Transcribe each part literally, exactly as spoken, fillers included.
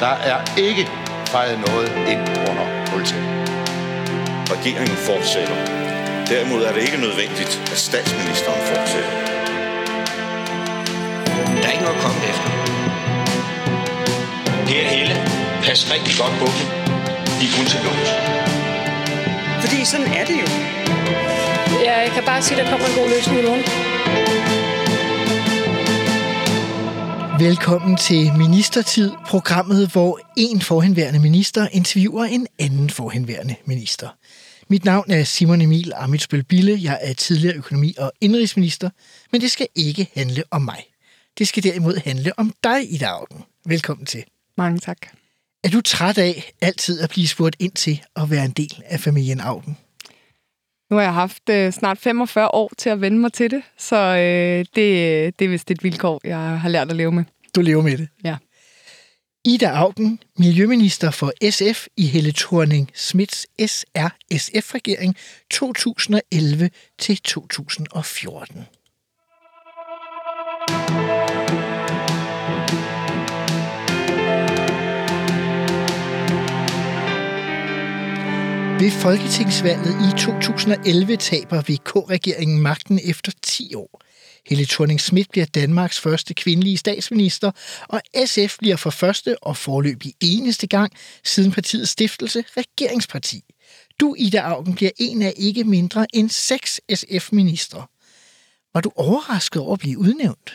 Der er ikke fejret noget ind under politiet. Regeringen fortsætter. Derimod er det ikke nødvendigt, at statsministeren fortsætter. Der er ikke noget at komme efter. Per Helle, pas rigtig godt på dem. De er kun til lås. Fordi sådan er det jo. Ja, jeg kan bare sige, at der kommer en god løsning i morgen. Velkommen til Ministertid, programmet, hvor en forhenværende minister interviewer en anden forhenværende minister. Mit navn er Simon Emil Ammitzbøll-Bille. Jeg er tidligere økonomi- og indenrigsminister, men det skal ikke handle om mig. Det skal derimod handle om dig, Ida Auken. Velkommen til. Mange tak. Er du træt af altid at blive spurgt ind til at være en del af familien Auken? Nu har jeg haft øh, snart femogfyrre år til at vende mig til det, så øh, det, det er vist et vilkår, jeg har lært at leve med. Du lever med det? Ja. Ida Auken, miljøminister for S F i Helle Thorning-Schmidts S R S F-regering to tusind og elleve til to tusind og fjorten. Ved folketingsvalget i to tusind og elleve taber V K-regeringen magten efter ti år. Helle Thorning-Schmidt bliver Danmarks første kvindelige statsminister, og S F bliver for første og foreløbig eneste gang siden partiets stiftelse regeringsparti. Du, Ida Auken, bliver en af ikke mindre end seks S F-ministre. Var du overrasket over at blive udnævnt?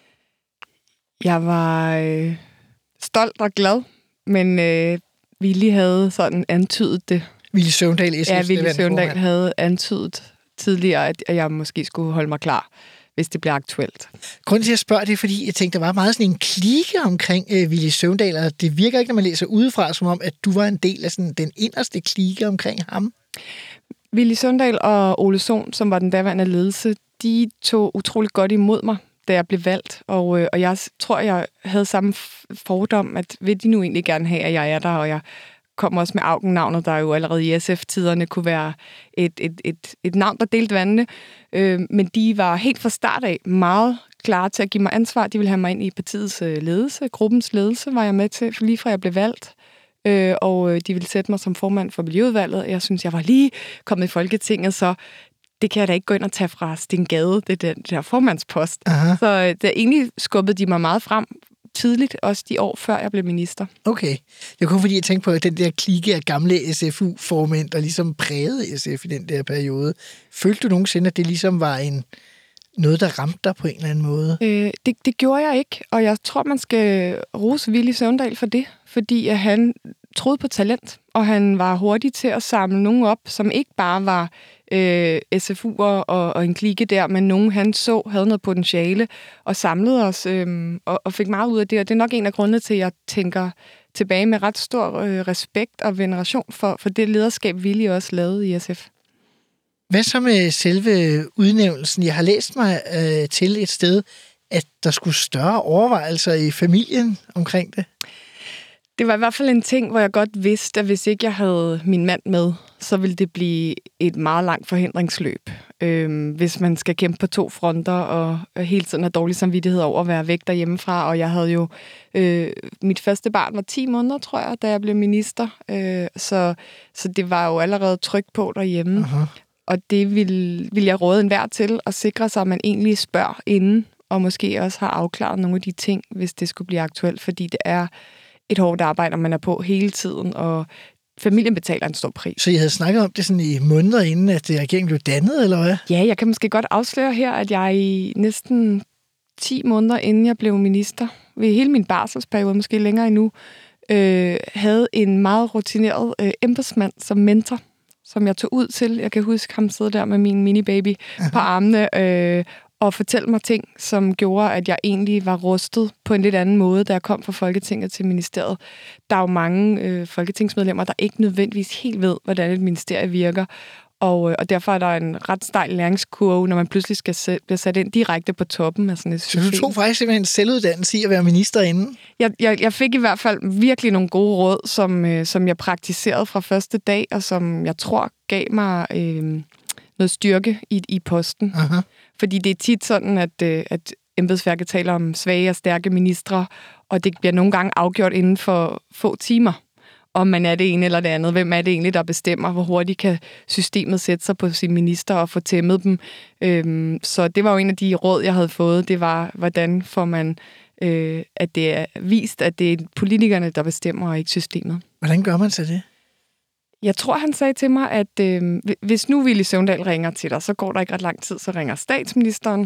Jeg var øh, stolt og glad, men øh, vi lige havde sådan antydet det. Villy Søvndal, S F's Ja, Villy Søvndal formand. havde antydet tidligere, at jeg måske skulle holde mig klar, hvis det bliver aktuelt. Grunden til, at jeg spørger, det er, fordi jeg tænkte, der var meget sådan en klike omkring øh, Villy Søvndal, og det virker ikke, når man læser udefra, som om, at du var en del af sådan, den inderste klike omkring ham. Villy Søvndal og Ole Sohn, som var den daværende ledelse, de tog utrolig godt imod mig, da jeg blev valgt, og, øh, og jeg tror, jeg havde samme fordom, at vil de nu egentlig gerne have, at jeg er der, og jeg kom også med Auken-navnet, der jo allerede i S F-tiderne kunne være et, et, et, et navn, der delte vandene. Øh, men de var helt fra start af meget klar til at give mig ansvar. De ville have mig ind i partiets ledelse. Gruppens ledelse var jeg med til, lige fra jeg blev valgt. Øh, og de ville sætte mig som formand for Miljøudvalget. Jeg synes, jeg var lige kommet i Folketinget, så det kan jeg da ikke gå ind og tage fra Sten Gade, det der, det der formandspost. Aha. Så der egentlig skubbede de mig meget frem tidligt, også de år før jeg blev minister. Okay. Det er kun fordi, jeg tænkte på den der klike af gamle S F U-formænd, der ligesom prægede S F i den der periode. Følte du nogensinde, at det ligesom var en noget, der ramte dig på en eller anden måde? Øh, det, det gjorde jeg ikke, og jeg tror, man skal rose Villy Søvndal for det, fordi at han troede på talent, og han var hurtig til at samle nogen op, som ikke bare var øh, S F U'er og, og en klike der, men nogen han så havde noget potentiale og samlede os øh, og, og fik meget ud af det, og det er nok en af grundene til, at jeg tænker tilbage med ret stor øh, respekt og veneration for, for det lederskab, Villy også lavede i S F. Hvad så med selve udnævnelsen? Jeg har læst mig øh, til et sted, at der skulle større overvejelser i familien omkring det. Det var i hvert fald en ting, hvor jeg godt vidste, at hvis ikke jeg havde min mand med, så ville det blive et meget langt forhindringsløb. Øhm, hvis man skal kæmpe på to fronter, og hele tiden have dårlig samvittighed over at være væk derhjemmefra. Og jeg havde jo... Øh, mit første barn var ti måneder, tror jeg, da jeg blev minister. Øh, så, så det var jo allerede tryk på derhjemme. Aha. Og det vil, vil jeg råde enhver til at sikre sig, at man egentlig spørger inden, og måske også har afklaret nogle af de ting, hvis det skulle blive aktuelt, fordi det er et hårdt arbejde, man er på hele tiden, og familien betaler en stor pris. Så I havde snakket om det sådan i måneder inden, at regeringen blev dannet, eller hvad? Ja, jeg kan måske godt afsløre her, at jeg i næsten ti måneder inden jeg blev minister, ved hele min barselsperiode, måske længere endnu, øh, havde en meget rutineret øh, embedsmand som mentor, som jeg tog ud til. Jeg kan huske ham sidde der med min mini-baby på armene øh, og fortælle mig ting, som gjorde, at jeg egentlig var rustet på en lidt anden måde, da jeg kom fra Folketinget til ministeriet. Der er jo mange øh, folketingsmedlemmer, der ikke nødvendigvis helt ved, hvordan et ministerie virker, og, øh, og derfor er der en ret stejl læringskurve, når man pludselig skal sæt, bliver sat ind direkte på toppen af sådan et system. Så du tog faktisk simpelthen selvuddannelse i at være minister inden? Jeg, jeg, jeg fik i hvert fald virkelig nogle gode råd, som, øh, som jeg praktiserede fra første dag, og som jeg tror gav mig øh, noget styrke i, i posten. Aha. Fordi det er tit sådan, at, øh, at embedsværket taler om svage og stærke ministre, og det bliver nogle gange afgjort inden for få timer, om man er det ene eller det andet. Hvem er det egentlig, der bestemmer, hvor hurtigt kan systemet sætte sig på sine minister og få tæmmet dem. Øhm, så det var jo en af de råd, jeg havde fået. Det var, hvordan får man, øh, at det er vist, at det er politikerne, der bestemmer, og ikke systemet. Hvordan gør man så det? Jeg tror, han sagde til mig, at øh, hvis nu Villy Søvndal ringer til dig, så går der ikke ret lang tid, så ringer statsministeren.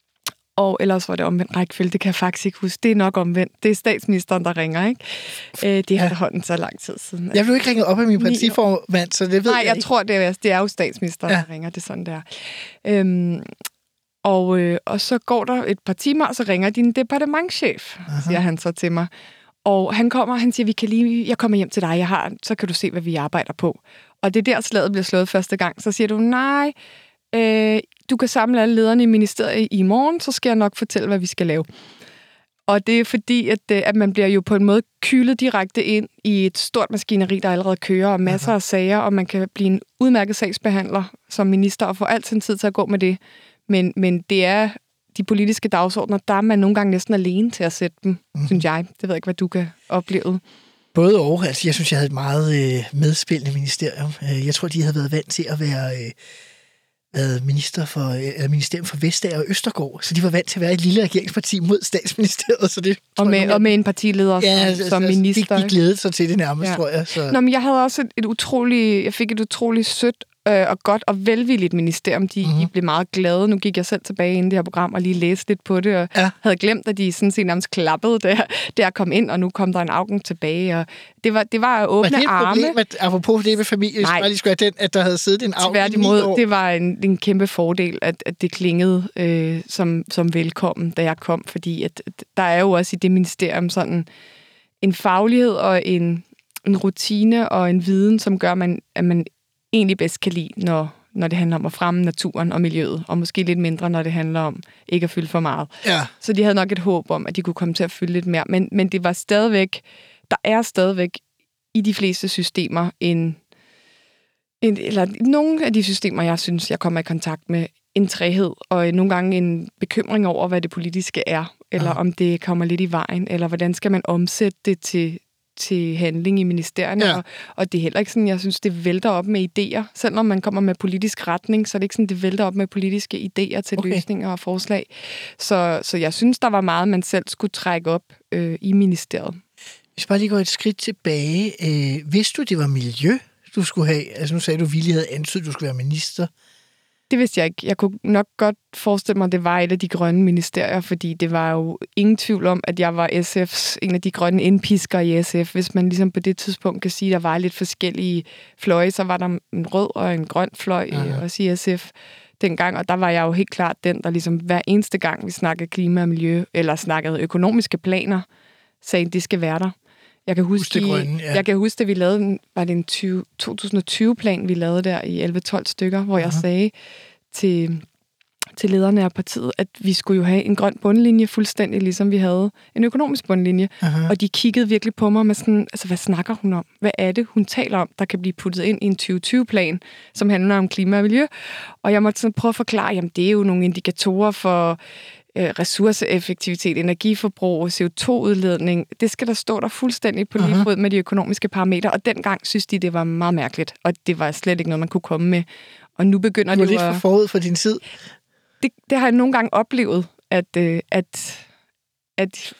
Og ellers var det omvendt rækkefølge, det kan jeg faktisk ikke huske. Det er nok omvendt. Det er statsministeren, der ringer, ikke? Øh, det har ja. hånden så lang tid siden. Jeg vil jo ikke ringe op af min partiformand, så det ved Nej, jeg, jeg ikke. tror, det er, det er jo statsministeren, ja. der ringer. Det er sådan, der. Øhm, og, øh, og så går der et par timer, og så ringer din departementschef, Aha. siger han så til mig. Og han kommer, han siger, vi kan lige, jeg kommer hjem til dig, jeg har, så kan du se, hvad vi arbejder på. Og det er der, slaget bliver slået første gang. Så siger du, nej, øh, du kan samle alle lederne i ministeriet i morgen, så skal jeg nok fortælle, hvad vi skal lave. Og det er fordi, at, at man bliver jo på en måde kylet direkte ind i et stort maskineri, der allerede kører, og masser Aha. af sager, og man kan blive en udmærket sagsbehandler som minister, og få alt sin tid til at gå med det. Men, men det er de politiske dagsordner, der er man nogle gange næsten alene til at sætte dem, mm. synes jeg. Det ved jeg ikke, hvad du kan opleve. Både og. Altså, jeg synes, jeg havde et meget øh, medspillende ministerium. Jeg tror, de havde været vant til at være øh, været minister for, øh, ministerium for Vestager og Østergaard, så de var vant til at være et lille regeringsparti mod statsministeriet. Så det, og, med, jeg, og med en partileder ja, som, altså, som minister. De, de glædede sig til det nærmest, ja. tror jeg. Så. Nå, men jeg havde også et, et utroligt, jeg fik et utroligt sødt øh, og godt og velvilligt ministerium. De, mm-hmm. de blev meget glade. Nu gik jeg selv tilbage ind i det her program og lige læste lidt på det, og ja. havde glemt, at de sådan set nærmest klappede, da jeg, da jeg kom ind, og nu kom der en afgen tilbage. Og det var, det var åbne arme. Var det et problem, at, apropos det med familie, Nej. Lige skulle have den, at der havde siddet en afgen i ni år? Det var en, en kæmpe fordel, at, at det klingede øh, som, som velkommen, da jeg kom, fordi at, at der er jo også i det ministerium sådan en faglighed og en, en rutine og en viden, som gør, man, at man egentlig bedst kan lide, når, når det handler om at fremme naturen og miljøet, og måske lidt mindre, når det handler om ikke at fylde for meget. Ja. Så de havde nok et håb om, at de kunne komme til at fylde lidt mere. Men, men det var stadigvæk, der er stadigvæk i de fleste systemer en, en eller nogle af de systemer, jeg synes, jeg kommer i kontakt med, en træhed, og nogle gange en bekymring over, hvad det politiske er, eller ja. om det kommer lidt i vejen, eller hvordan skal man omsætte det til til handling i ministerierne, ja. og, og det er heller ikke sådan, jeg synes, det vælter op med idéer. Selv når man kommer med politisk retning, så er det ikke sådan, det vælter op med politiske idéer til okay. løsninger og forslag. Så, så jeg synes, der var meget, man selv skulle trække op øh, i ministeriet. Hvis bare lige går et skridt tilbage. Øh, vidste du, det var miljø, du skulle have? Altså nu sagde du, at Villy havde antydet, at du skulle være minister. Det vidste jeg ikke. Jeg kunne nok godt forestille mig, at det var et af de grønne ministerier, fordi det var jo ingen tvivl om, at jeg var S F's, en af de grønne indpisker i S F. Hvis man ligesom på det tidspunkt kan sige, at der var lidt forskellige fløje, så var der en rød og en grøn fløj Aha. også i S F dengang, og der var jeg jo helt klart den, der ligesom hver eneste gang, vi snakkede klima og miljø, eller snakkede økonomiske planer, sagde, at det skal være der. Jeg kan huske, huske grønne, ja. jeg kan huske, at vi lavede, var det en tyve, to tusind og tyve-plan, vi lavede der i elleve tolv stykker, hvor Aha. jeg sagde til, til lederne af partiet, at vi skulle jo have en grøn bundlinje, fuldstændig ligesom vi havde en økonomisk bundlinje. Aha. Og de kiggede virkelig på mig med sådan, altså hvad snakker hun om? Hvad er det, hun taler om, der kan blive puttet ind i en tyve tyve-plan, som handler om klima og miljø? Og jeg måtte sådan prøve at forklare, jamen det er jo nogle indikatorer for ressourceeffektivitet, energiforbrug, C O to udledning, det skal der stå der fuldstændig på lige fod med de økonomiske parametre, og dengang synes de, det var meget mærkeligt, og det var slet ikke noget, man kunne komme med. Og nu begynder det jo... Du var lidt for forud for din tid. Det, det har jeg nogle gange oplevet, at, at, at,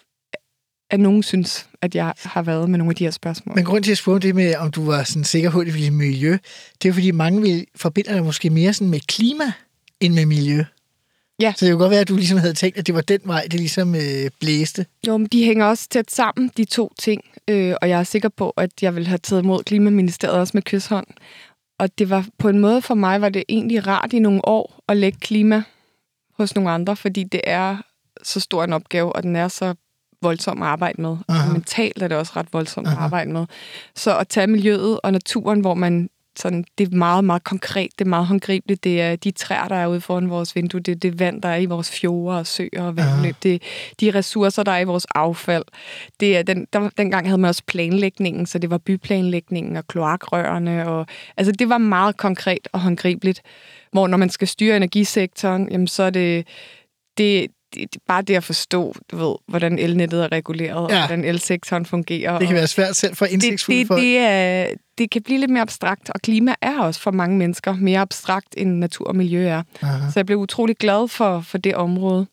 at nogen synes, at jeg har været med nogle af de her spørgsmål. Men grund til at spørge det med, om du var sådan sikker på, at det ville miljø, det er fordi mange vil forbinder dig måske mere sådan med klima, end med miljø. Ja. Så det kunne godt være, at du ligesom havde tænkt, at det var den vej, det ligesom øh, blæste. Jo, men de hænger også tæt sammen, de to ting. Øh, og jeg er sikker på, at jeg ville have taget imod Klimaministeriet også med kysshånd. Og det var på en måde for mig, var det egentlig rart i nogle år at lægge klima hos nogle andre, fordi det er så stor en opgave, og den er så voldsom at arbejde med. Og mentalt er det også ret voldsomt Aha. at arbejde med. Så at tage miljøet og naturen, hvor man sådan, det er meget, meget konkret, det er meget håndgribeligt. Det er de træer, der er ude foran vores vindue, det er det vand, der er i vores fjorde og søer og vandløb, det er de ressourcer, der er i vores affald. Det er den, der, dengang havde man også planlægningen, så det var byplanlægningen og kloakrørene. Og, altså, det var meget konkret og håndgribeligt. Hvor når man skal styre energisektoren, jamen, så er det, det det, bare det at forstå, du ved, hvordan elnettet er reguleret, Ja. og hvordan elsektoren fungerer. Det kan og være svært selv for indsigtsfulde det, det, folk. det, er, det kan blive lidt mere abstrakt, og klima er også for mange mennesker mere abstrakt, end natur og miljø er. Aha. Så jeg blev utrolig glad for, for det område.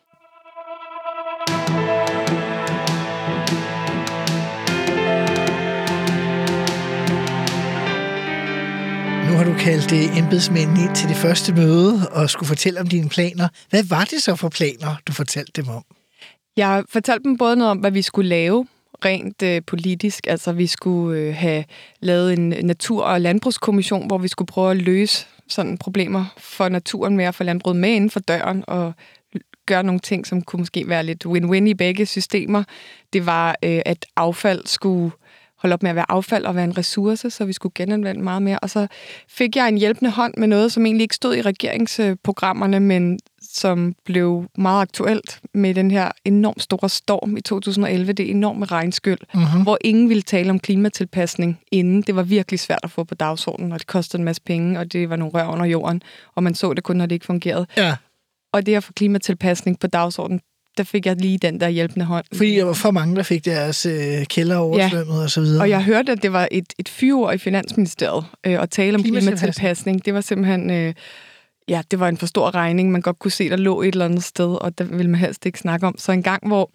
Nu har du kaldt uh, embedsmændene ind til det første møde og skulle fortælle om dine planer. Hvad var det så for planer, du fortalte dem om? Jeg fortalte dem både noget om, hvad vi skulle lave rent øh, politisk. Altså, vi skulle øh, have lavet en natur- og landbrugskommission, hvor vi skulle prøve at løse sådan problemer for naturen med at få landbruget med inden for døren og gøre nogle ting, som kunne måske være lidt win-win i begge systemer. Det var, øh, at affald skulle holde op med at være affald og være en ressource, så vi skulle genanvende meget mere. Og så fik jeg en hjælpende hånd med noget, som egentlig ikke stod i regeringsprogrammerne, men som blev meget aktuelt med den her enormt store storm i to tusind og elleve, det enorme regnskyld, Mm-hmm. hvor ingen ville tale om klimatilpasning inden. Det var virkelig svært at få på dagsordenen, og det kostede en masse penge, og det var nogle rør under jorden, og man så det kun, når det ikke fungerede. Ja, Og det at få klimatilpasning på dagsordenen, der fik jeg lige den der hjælpende hånd. fordi der var for mange, der fik deres øh, kælder oversvømmet ja. og så videre. Og jeg hørte, at det var et, et fyreord i Finansministeriet øh, at tale om Klimatilpasning. klimatilpasning. Det var simpelthen... Øh, ja, det var en for stor regning. Man godt kunne se, der lå et eller andet sted, og der ville man helst ikke snakke om. Så en gang, hvor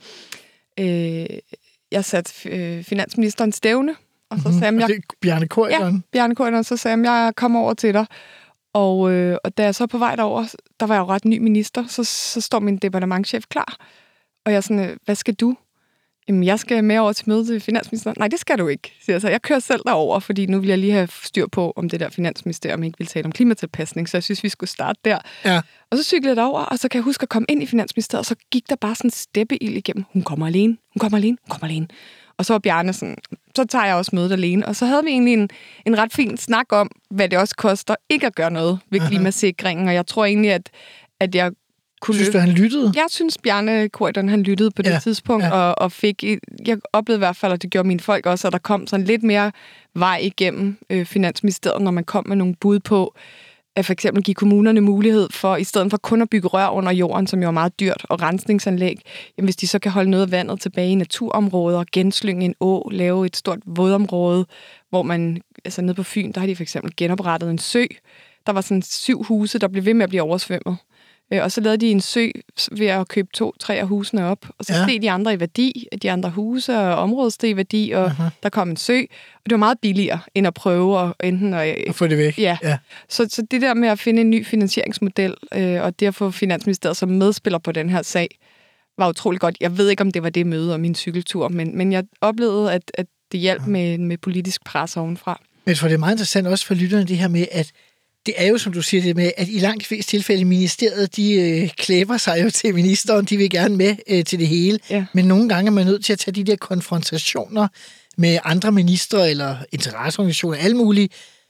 øh, jeg satte øh, finansministeren stævne, og så Mhm. sagde jeg, Og jeg, det er Bjarne Corydon. ja, Bjarne Corydon, så sagde jeg, jeg kommer over til dig. Og, øh, og da jeg så er på vej derover, der var jeg jo ret ny minister, så, så står min departementschef klar. Og jeg er sådan, øh, hvad skal du? Jamen, jeg skal med over til møde til finansministeren. Nej, det skal du ikke, siger jeg så. Jeg kører selv derover, fordi nu vil jeg lige have styr på, om det der finansministerium ikke vil tale om klimatilpasning, så jeg synes, vi skulle starte der. Ja. Og så cyklede jeg derover, og så kan jeg huske at komme ind i finansministeriet, og så gik der bare sådan en steppeild igennem. Hun kommer alene, hun kommer alene, hun kommer alene. Og så var Bjarne sådan, så tager jeg også mødet alene. Og så havde vi egentlig en, en ret fin snak om, hvad det også koster ikke at gøre noget ved klimasikringen. Og jeg tror egentlig, at, at jeg kunne... Synes du, han lyttede? Jeg synes, Bjarne Corydon, han lyttede på det Ja, tidspunkt, ja. og, og fik... Jeg oplevede i hvert fald, og det gjorde mine folk også, at der kom sådan lidt mere vej igennem øh, Finansministeriet, når man kom med nogle bud på, at for eksempel give kommunerne mulighed for, i stedet for kun at bygge rør under jorden, som jo er meget dyrt, og rensningsanlæg, jamen hvis de så kan holde noget af vandet tilbage i naturområder, genslynge en å, lave et stort vådområde, hvor man, altså nede på Fyn, der har de for eksempel genoprettet en sø. Der var sådan syv huse, der blev ved med at blive oversvømmet. Øh, Og så lavede de en sø ved at købe to, tre af husene op. Og så Ja. steg de andre i værdi, de andre huse og området steg i værdi, og Aha. der kom en sø. Og det var meget billigere, end at prøve at enten at Og få det væk. Ja. ja. Så, så det der med at finde en ny finansieringsmodel, øh, og det at få Finansministeriet som medspiller på den her sag, var utrolig godt. Jeg ved ikke, om det var det møde og min cykeltur, men, men jeg oplevede, at, at det hjalp med, med politisk pres ovenfra. Men jeg tror, det er meget interessant også for lytterne, det her med, at det er jo, som du siger, det med, at i langt de fleste tilfælde i ministeriet, de øh, klæber sig jo til ministeren, de vil gerne med øh, til det hele. Ja. Men nogle gange er man nødt til at tage de der konfrontationer med andre ministre eller interesseorganisationer, alle mulige,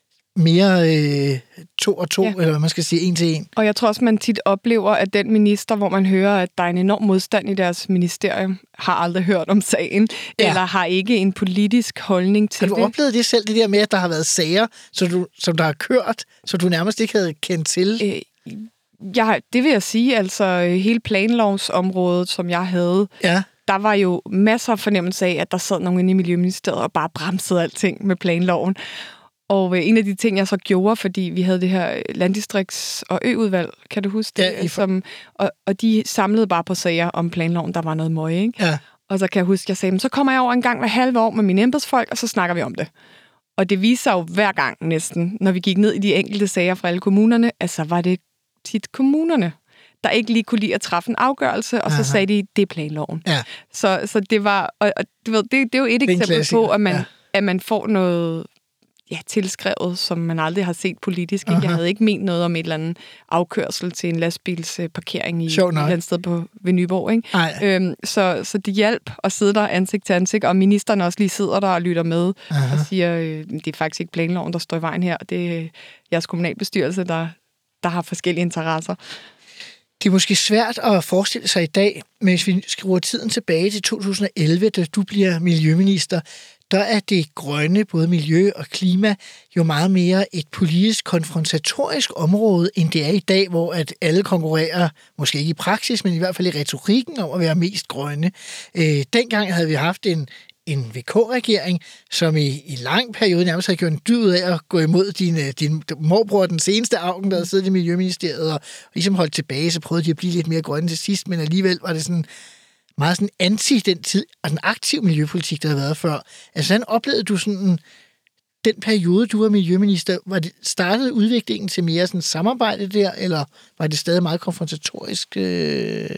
mere øh, to og to, Ja. eller hvad man skal sige, en til en. Og jeg tror også, man tit oplever, at den minister, hvor man hører, at der er en enorm modstand i deres ministerium, har aldrig hørt om sagen, Ja. ja. eller har ikke en politisk holdning til Har du det. oplevet det selv, det der med, at der har været sager, så du, som der har kørt, så du nærmest ikke havde kendt til? Øh, jeg, det vil jeg sige, altså øh, hele planlovsområdet, som jeg havde, Ja. der var jo masser af fornemmelse af, at der sad nogen inde i Miljøministeriet og bare bremsede alting med planloven. Og øh, en af de ting, jeg så gjorde, fordi vi havde det her landdistrikts- og øudvalg, kan du huske det? Ja, i for- Som, og, og de samlede bare på sager om planloven, der var noget møg, ikke? Ja. Og så kan jeg huske, at jeg sagde, så kommer jeg over en gang hver halve år med mine embedsfolk, og så snakker vi om det. Og det viser jo hver gang næsten, når vi gik ned i de enkelte sager fra alle kommunerne, at så var det tit kommunerne, der ikke lige kunne lide at træffe en afgørelse, og så Aha. sagde de, det er planloven. Ja. Så, så det var, og, og du ved, det, det er jo et en eksempel klassiker, på, at man, ja. ja. at man får noget ja, tilskrevet, som man aldrig har set politisk. Ikke? Jeg havde ikke ment noget om et eller andet afkørsel til en lastbilsparkering i et Sjovt nok. eller andet sted på, ved Nyborg. Ikke? Nej. Øhm, så, så det hjælp at sidde der ansigt til ansigt, og ministeren også lige sidder der og lytter med Aha. og siger, øh, det er faktisk ikke planloven, der står i vejen her. Det er jeres kommunalbestyrelse, der, der har forskellige interesser. Det er måske svært at forestille sig i dag, men hvis vi skruer tiden tilbage til to tusind og elleve, da du bliver miljøminister, der er det grønne, både miljø og klima, jo meget mere et politisk konfrontatorisk område, end det er i dag, hvor at alle konkurrerer, måske ikke i praksis, men i hvert fald i retorikken om at være mest grønne. Øh, dengang havde vi haft en, en V K-regering, som i, i lang periode nærmest havde gjort en dyd af at gå imod din, din morbror, den seneste Auken, der havde siddet i Miljøministeriet, og, og ligesom holdt tilbage, så prøvede de at blive lidt mere grønne til sidst, men alligevel var det sådan meget sådan anti den tid, og den aktive miljøpolitik, der havde været før. Altså, hvordan oplevede du sådan den periode, du var miljøminister? Var det startede udviklingen til mere sådan samarbejde der, eller var det stadig meget konfrontatorisk? Øh...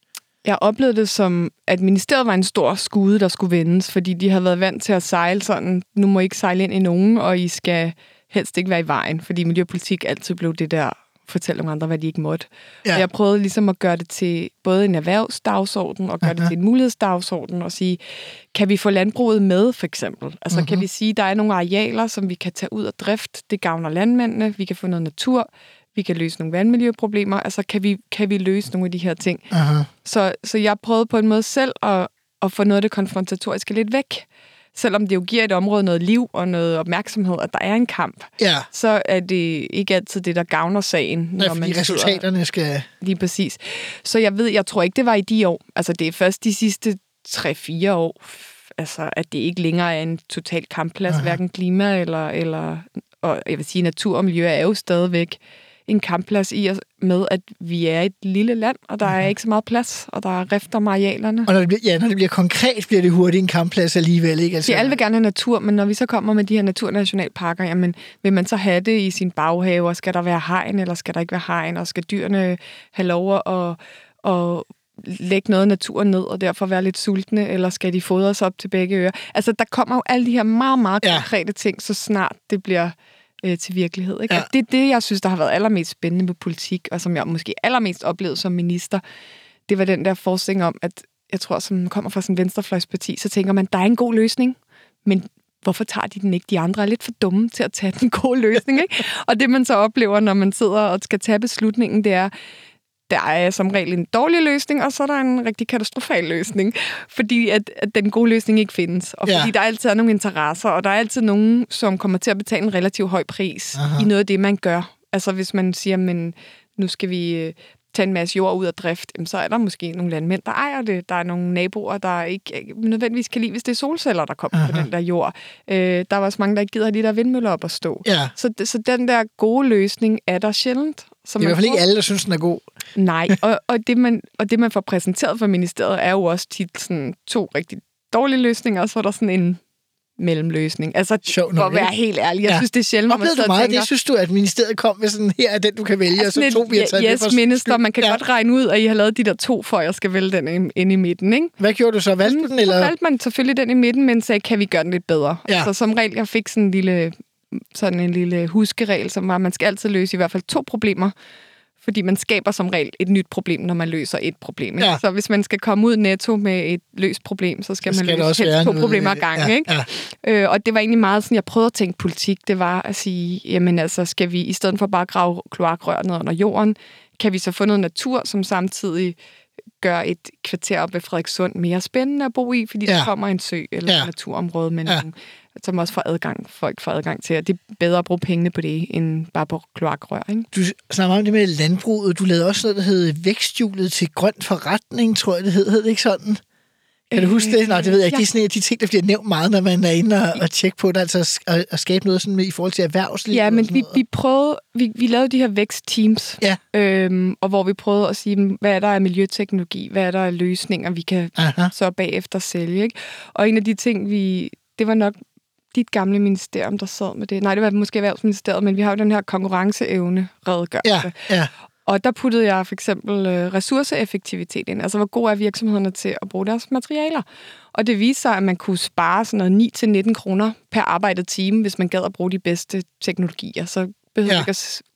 Jeg oplevede det som, at ministeriet var en stor skude, der skulle vendes, fordi de havde været vant til at sejle sådan, nu må I ikke sejle ind i nogen, og I skal helst ikke være i vejen, fordi miljøpolitik altid blev det der, fortælle nogle andre, hvad de ikke måtte. Ja. Og jeg prøvede ligesom at gøre det til både en erhvervsdagsorden og gøre Aha. det til en mulighedsdagsorden og sige, kan vi få landbruget med, for eksempel? Altså, uh-huh. kan vi sige, der er nogle arealer, som vi kan tage ud og drift. Det gavner landmændene. Vi kan få noget natur. Vi kan løse nogle vandmiljøproblemer. Altså, kan vi, kan vi løse nogle af de her ting? Uh-huh. Så, så jeg prøvede på en måde selv at, at få noget af det konfrontatoriske lidt væk. Selvom det jo giver et område noget liv og noget opmærksomhed, at der er en kamp, ja. så er det ikke altid det, der gavner sagen. Nej, når fordi man resultaterne skal... Lige præcis. Så jeg ved, jeg tror ikke, det var i de år. Altså, det er først de sidste tre-fire år, altså, at det ikke længere er en total kampplads, Aha. hverken klima eller, eller... Og jeg vil sige, natur og miljø er jo stadigvæk en kampplads i os med, at vi er et lille land, og der er ikke så meget plads, og der er rift om arealerne. Og når det bliver, ja, når det bliver konkret, bliver det hurtigt en kampplads alligevel, ikke? Altså, de alle vil gerne have natur, men når vi så kommer med de her naturnationalparker, jamen, vil man så have det i sin baghave, og skal der være hegn, eller skal der ikke være hegn, og skal dyrene have lov at, at lægge noget natur ned, og derfor være lidt sultne, eller skal de fodres op til begge ører? Altså, der kommer jo alle de her meget, meget konkrete ja. ting, så snart det bliver øh, til virkelighed. Ikke? Ja. Det er det, jeg synes, der har været allermest spændende med politik, og som jeg måske allermest oplevede som minister, det var den der forestilling om, at jeg tror, som kommer fra sådan en venstrefløjsparti, så tænker man, der er en god løsning, men hvorfor tager de den ikke? De andre er lidt for dumme til at tage den gode løsning, ikke? Og det, man så oplever, når man sidder og skal tage beslutningen, det er, der er som regel en dårlig løsning, og så er der en rigtig katastrofal løsning, fordi at, at den gode løsning ikke findes. Og fordi ja. der altid er nogle interesser, og der er altid nogen, som kommer til at betale en relativt høj pris Aha. i noget af det, man gør. Altså hvis man siger, men nu skal vi tage en masse jord ud af drift, så er der måske nogle landmænd, der ejer det. Der er nogle naboer, der ikke nødvendigvis kan lide, hvis det er solceller, der kommer Aha. på den der jord. Øh, der er også mange, der ikke gider de der vindmøller op at stå. Ja. Så, så den der gode løsning er der sjældent. Det er i hvert fald ikke alle, der synes, den er god. Nej, og, og, det man, og det man får præsenteret for ministeriet, er jo også tit sådan to rigtig dårlige løsninger, og så er der sådan en mellemløsning. Altså, Show for at være helt ærlig, jeg ja. synes, det er sjældent, man sidder og meget tænker... Det synes du, at ministeriet kom med sådan, her er den, du kan vælge, og så to vi har taget yes, med for minister, man kan ja. godt regne ud, at I har lavet de der to, for jeg skal vælge den ind i midten, ikke? Hvad gjorde du så? Valgte du den, eller? Så valgte man selvfølgelig den i midten, men sagde, kan vi gøre den lidt bedre? Ja. Så som regel, jeg fik sådan en lille, sådan en lille huskeregel, som var, at man skal altid løse i hvert fald to problemer, fordi man skaber som regel et nyt problem, når man løser et problem. Ja. Så hvis man skal komme ud netto med et løst problem, så skal, så skal man løse helst to problemer ad gangen. Ja, ikke? Ja. Øh, og det var egentlig meget sådan, jeg prøvede at tænke politik, det var at sige, jamen altså, skal vi i stedet for bare at grave kloakrør ned under jorden, kan vi så få noget natur, som samtidig gør et kvarter op ved Frederikssund mere spændende at bo i, fordi ja. der kommer en sø eller ja. et naturområde, men ja. som også får adgang, folk får adgang til, og det er bedre at bruge pengene på det, end bare på kloakrør, ikke? Du snakker om det med landbruget. Du lavede også noget, der hed væksthjulet til grøn forretning, tror jeg, det hed. Hed det ikke sådan? Kan du huske det? Nej, det ved jeg ikke. Ja. Det er sådan de ting, der bliver nævnt meget, når man er inde og, og tjekke på det, altså at, at skabe noget sådan med, i forhold til erhvervsliv. Ja, men vi, vi prøvede, vi, vi lavede de her vækstteams, ja. øhm, og hvor vi prøvede at sige, hvad er der af miljøteknologi, hvad er der af løsninger, vi kan Aha. så bagefter sælge, ikke? Og en af de ting, vi, det var nok dit gamle ministerium, der sad med det. Nej, det var måske Erhvervsministeriet, men vi har jo den her konkurrenceevne-redegørelse. Ja, ja. Og der puttede jeg for eksempel øh, ressourceeffektivitet ind. Altså, hvor gode er virksomhederne til at bruge deres materialer. Og det viste sig, at man kunne spare sådan noget ni til nitten kroner per arbejdet time, hvis man gad at bruge de bedste teknologier. Så behøver ja. ikke at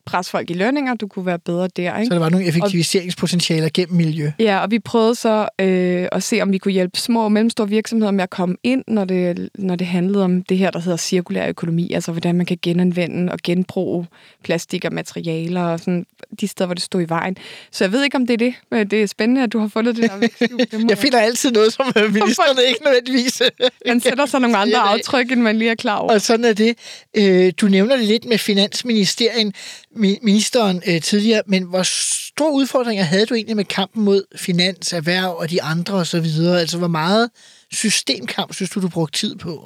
presse folk i lønninger, du kunne være bedre der. Ikke? Så der var nogle effektiviseringspotentialer gennem miljø. Ja, og vi prøvede så øh, at se, om vi kunne hjælpe små og mellemstore virksomheder med at komme ind, når det, når det handlede om det her, der hedder cirkulær økonomi, altså hvordan man kan genanvende og genbruge plastik og materialer og sådan de steder, hvor det stod i vejen. Så jeg ved ikke, om det er det, men det er spændende, at du har fundet det der vækstskjul. Jeg finder altid noget, som ministerne ikke nødvendigvis. Man sætter sig nogle andre aftryk, end man lige er klar over. Og sådan er det. Du nævner det lidt med Finansministerien, ministeren øh, tidligere, men hvor store udfordringer havde du egentlig med kampen mod finans, erhverv og de andre og så videre? Altså, hvor meget systemkamp synes du, du brugte tid på?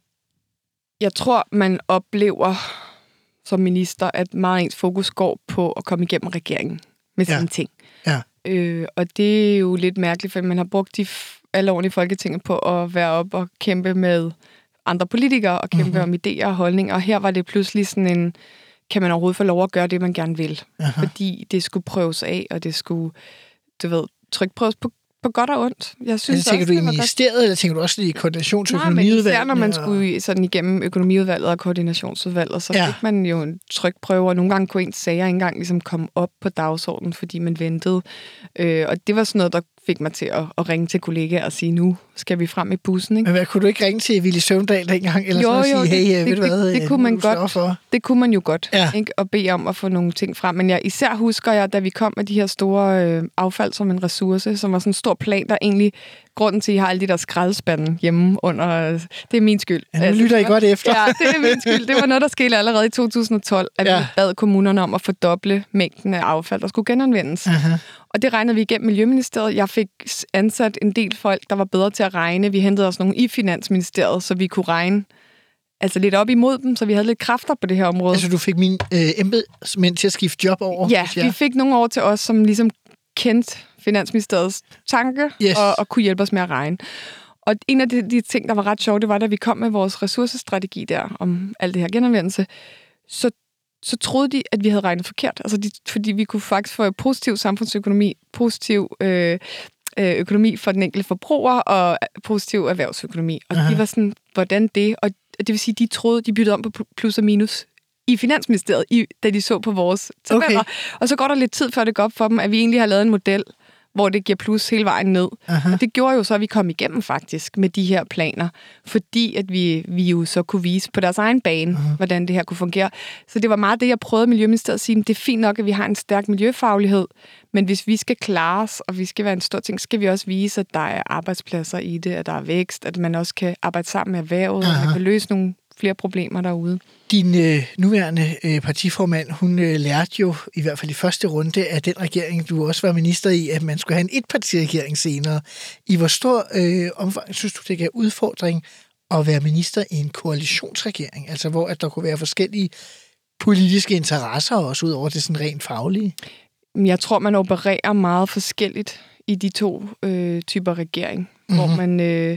Jeg tror, man oplever som minister, at meget ens fokus går på at komme igennem regeringen med sine ja. ting. Ja. Øh, og det er jo lidt mærkeligt, for man har brugt de f- alle årene i Folketinget på at være op og kæmpe med andre politikere og kæmpe mm-hmm. om idéer og holdninger. Og her var det pludselig sådan en, kan man overhovedet få lov at gøre det, man gerne vil? Aha. Fordi det skulle prøves af, og det skulle, du ved, trykprøves på, på godt og ondt. Jeg synes altså, tænker også, du i ministeriet, godt. Eller tænker du også i koordinationsøkonomiudvalget? Nej, men især når man skulle sådan igennem økonomiudvalget og koordinationsudvalget, så ja. fik man jo en trykprøve, og nogle gange kunne ens sager ikke engang ligesom komme op på dagsordenen, fordi man ventede. Øh, og det var sådan noget, der fik mig til at, at ringe til kollegaer og sige, nu skal vi frem i bussen. Ikke? Men hvad, kunne du ikke ringe til Willy Søvndal dengang? Eller jo, sådan jo, at sige, hey, det, ved du hvad, det, det, kunne man godt, for? det kunne man jo godt, ja. ikke? Og bede om at få nogle ting frem. Men jeg især husker jeg, da vi kom med de her store øh, affald som en ressource, som var sådan en stor plan, der egentlig grunden til, at I har alle de der skraldespande hjemme under... Det er min skyld. Ja, nu lytter I godt efter. Ja, det er min skyld. Det var noget, der skete allerede i to tusind og tolv, at ja. vi bad kommunerne om at fordoble mængden af affald, der skulle genanvendes. Aha. Og det regnede vi igennem Miljøministeriet. Jeg fik ansat en del folk, der var bedre til at regne. Vi hentede os nogle i Finansministeriet, så vi kunne regne altså lidt op imod dem, så vi havde lidt kræfter på det her område. Altså, du fik mine øh, embedsmænd til at skifte job over? Ja, vi fik nogle år til os, som ligesom kendte Finansministeriets tanke yes. og, og kunne hjælpe os med at regne. Og en af de, de ting, der var ret sjovt, det var, da vi kom med vores ressourcestrategi der, om alt det her genanvendelse, så, så troede de, at vi havde regnet forkert. Altså, de, fordi vi kunne faktisk få positiv samfundsøkonomi, positiv øh, økonomi for den enkelte forbruger og positiv erhvervsøkonomi. Og Aha. de var sådan, hvordan det? Og det vil sige, de troede, de byttede om på plus og minus i Finansministeriet, i, da de så på vores tabeller. Okay. Og så går der lidt tid, før det går op for dem, at vi egentlig har lavet en model, hvor det giver plus hele vejen ned. Aha. Og det gjorde jo så, at vi kom igennem faktisk med de her planer, fordi at vi, vi jo så kunne vise på deres egen bane, Aha. hvordan det her kunne fungere. Så det var meget det, jeg prøvede Miljøministeriet at sige, det er fint nok, at vi har en stærk miljøfaglighed, men hvis vi skal klare os, og vi skal være en stor ting, skal vi også vise, at der er arbejdspladser i det, at der er vækst, at man også kan arbejde sammen med erhvervet, Aha. og man kan løse nogle flere problemer derude. Din øh, nuværende øh, partiformand, hun øh, lærte jo i hvert fald i første runde af den regering, du også var minister i, at man skulle have en etpartiregering senere. I hvor stor øh, omfang synes du, det gav udfordring at være minister i en koalitionsregering? Altså hvor at der kunne være forskellige politiske interesser også, ud over det sådan rent faglige? Jeg tror, man opererer meget forskelligt i de to øh, typer regering, mm-hmm. hvor man øh,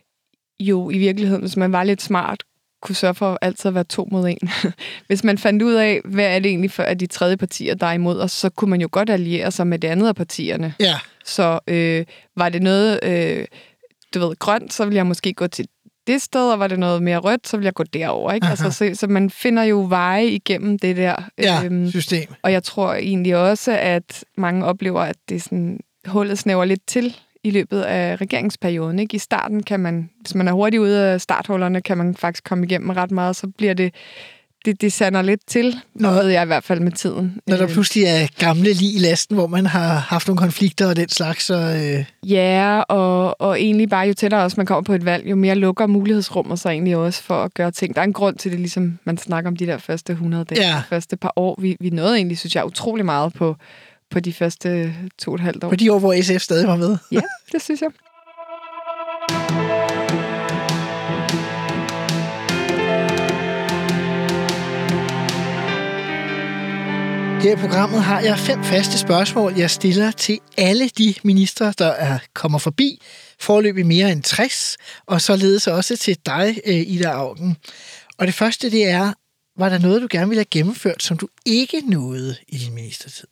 jo i virkeligheden, hvis man var lidt smart, kunne sørge for altid at være to mod en. Hvis man fandt ud af, hvad er det egentlig for at de tredje partier, der er imod os, så kunne man jo godt alliere sig med det andet af partierne. Ja. Så øh, var det noget, øh, du ved, grønt, så ville jeg måske gå til det sted, og var det noget mere rødt, så ville jeg gå derover, ikke? Altså, så, så man finder jo veje igennem det der ja, øhm, system. Og jeg tror egentlig også, at mange oplever, at det sådan, hullet snæver lidt til i løbet af regeringsperioden. Ikke? I starten kan man, hvis man er hurtigt ude af starthullerne, kan man faktisk komme igennem ret meget, så bliver det, det, det sander lidt til, når ved jeg i hvert fald med tiden. Når der pludselig er gamle lig i lasten, hvor man har haft nogle konflikter og den slags, så... Øh... Ja, og, og egentlig bare jo tættere også man kommer på et valg, jo mere lukker mulighedsrummet sig egentlig også for at gøre ting. Der er en grund til det, ligesom man snakker om de der første hundrede dage, ja. de første par år. Vi, vi nåede egentlig, synes jeg, utrolig meget på på de første to og et halvt år. På de år, hvor S F stadig var med? Ja, det synes jeg. Her i programmet har jeg fem faste spørgsmål, jeg stiller til alle de ministre, der er kommer forbi. Foreløbig mere end tres, og således også til dig, Ida Auken. Og det første, det er, var der noget, du gerne ville have gennemført, som du ikke nåede i din ministertid?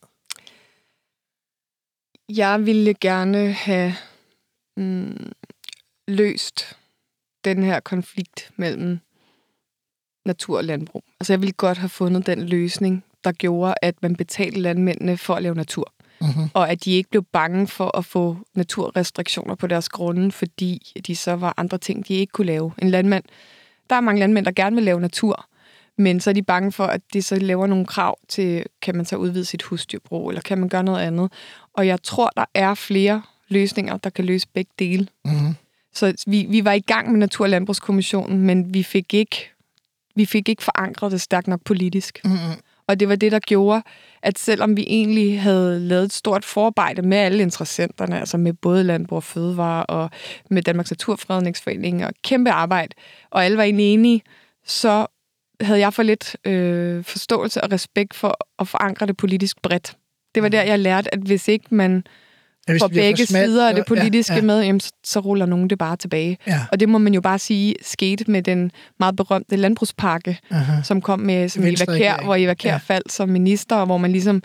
Jeg ville gerne have mm, løst den her konflikt mellem natur og landbrug. Altså, jeg ville godt have fundet den løsning der gjorde, at man betalte landmændene for at lave natur. Mm-hmm. Og at de ikke blev bange for at få naturrestriktioner på deres grunde, fordi de så var andre ting, de ikke kunne lave. En landmand, der er mange landmænd, der gerne vil lave natur, men så er de bange for, at de så laver nogle krav til, kan man så udvide sit husdyrbrug, eller kan man gøre noget andet. Og jeg tror, der er flere løsninger, der kan løse begge dele. Mm-hmm. Så vi, vi var i gang med Natur- og Landbrugskommissionen, men vi fik ikke, vi fik ikke forankret det stærkt nok politisk. Mm-hmm. Og det var det, der gjorde, at selvom vi egentlig havde lavet et stort forarbejde med alle interessenterne, altså med både Landbrug og Fødevare og med Danmarks Naturfredningsforening og kæmpe arbejde, og alle var egentlig enige, så havde jeg for lidt øh, forståelse og respekt for at forankre det politisk bredt. Det var der, jeg lærte, at hvis ikke man ja, får begge smalt, sider af det politiske ja, ja. med, jamen, så, så ruller nogen det bare tilbage. Ja. Og det må man jo bare sige skete med den meget berømte landbrugspakke, uh-huh. som kom med som Eva Kjær, hvor Eva Kjær ja. faldt som minister, og hvor man ligesom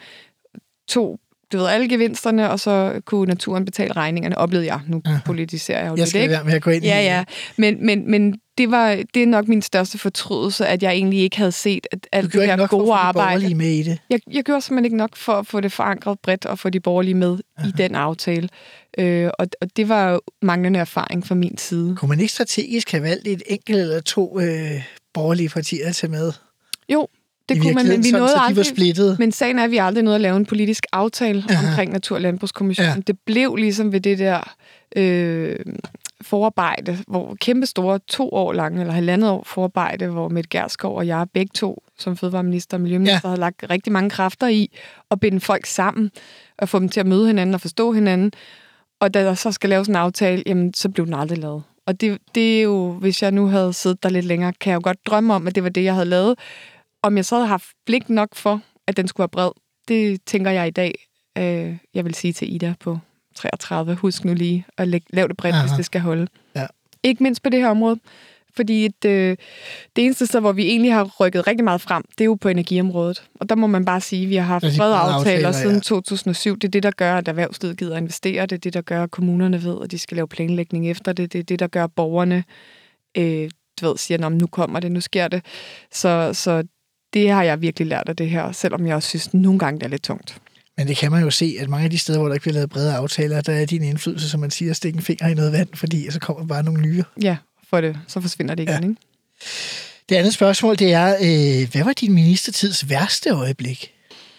tog du ved, alle gevinsterne, og så kunne naturen betale regningerne, oplevede jeg. Nu uh-huh. politiserer jeg jo jeg lidt, ikke? Jeg skal være med at gå ind ja, i ja. Men, men, men det, var, det er nok min største fortrydelse, at jeg egentlig ikke havde set, at alt det her gode arbejde... med i det. Jeg, jeg gjorde simpelthen ikke nok for at få det forankret bredt og få de borgerlige med uh-huh. i den aftale. Øh, og, og det var jo manglende erfaring fra min side. Kunne man ikke strategisk have valgt et enkelt eller to øh, borgerlige partier at tage med? Jo, det kunne man, men vi nåede aldrig. Splittet. Men sagen er, at vi aldrig nåede at lave en politisk aftale uh-huh. omkring Natur- og Landbrugskommissionen. Ja. Det blev ligesom ved det der øh, forarbejde, hvor kæmpe store to år lange, eller halvandet år forarbejde, hvor Mette Gjerskov og jeg begge to, som fødevareminister og miljøminister, ja. havde lagt rigtig mange kræfter i at binde folk sammen, og få dem til at møde hinanden og forstå hinanden. Og da der så skal laves en aftale, jamen, så blev den aldrig lavet. Og det, det er jo, hvis jeg nu havde siddet der lidt længere, kan jeg jo godt drømme om, at det var det, jeg havde lavet. Om jeg så havde haft blik nok for, at den skulle være bred, det tænker jeg i dag, øh, jeg vil sige til Ida på treogtredive, husk nu lige at lægge, lave det bredt, Aha. hvis det skal holde. Ja. Ikke mindst på det her område, fordi et, øh, det eneste sted, hvor vi egentlig har rykket rigtig meget frem, det er jo på energiområdet. Og der må man bare sige, at vi har haft brede aftaler, aftaler siden ja. to tusind og syv. Det er det, der gør, at erhvervslivet gider at investere. Det er det, der gør, at kommunerne ved, at de skal lave planlægning efter det. Det er det, der gør, at borgerne øh, du ved, siger, nu kommer det, nu sker det. Så, så det har jeg virkelig lært af det her, selvom jeg også synes, at nogle gange det er lidt tungt. Men det kan man jo se, at mange af de steder, hvor der ikke bliver lavet brede aftaler, der er din indflydelse, som man siger, at stikke en finger i noget vand, fordi så kommer bare nogle nye. Ja, for det, så forsvinder det igen, ja. Ikke? Det andet spørgsmål, det er, øh, hvad var din ministertids værste øjeblik?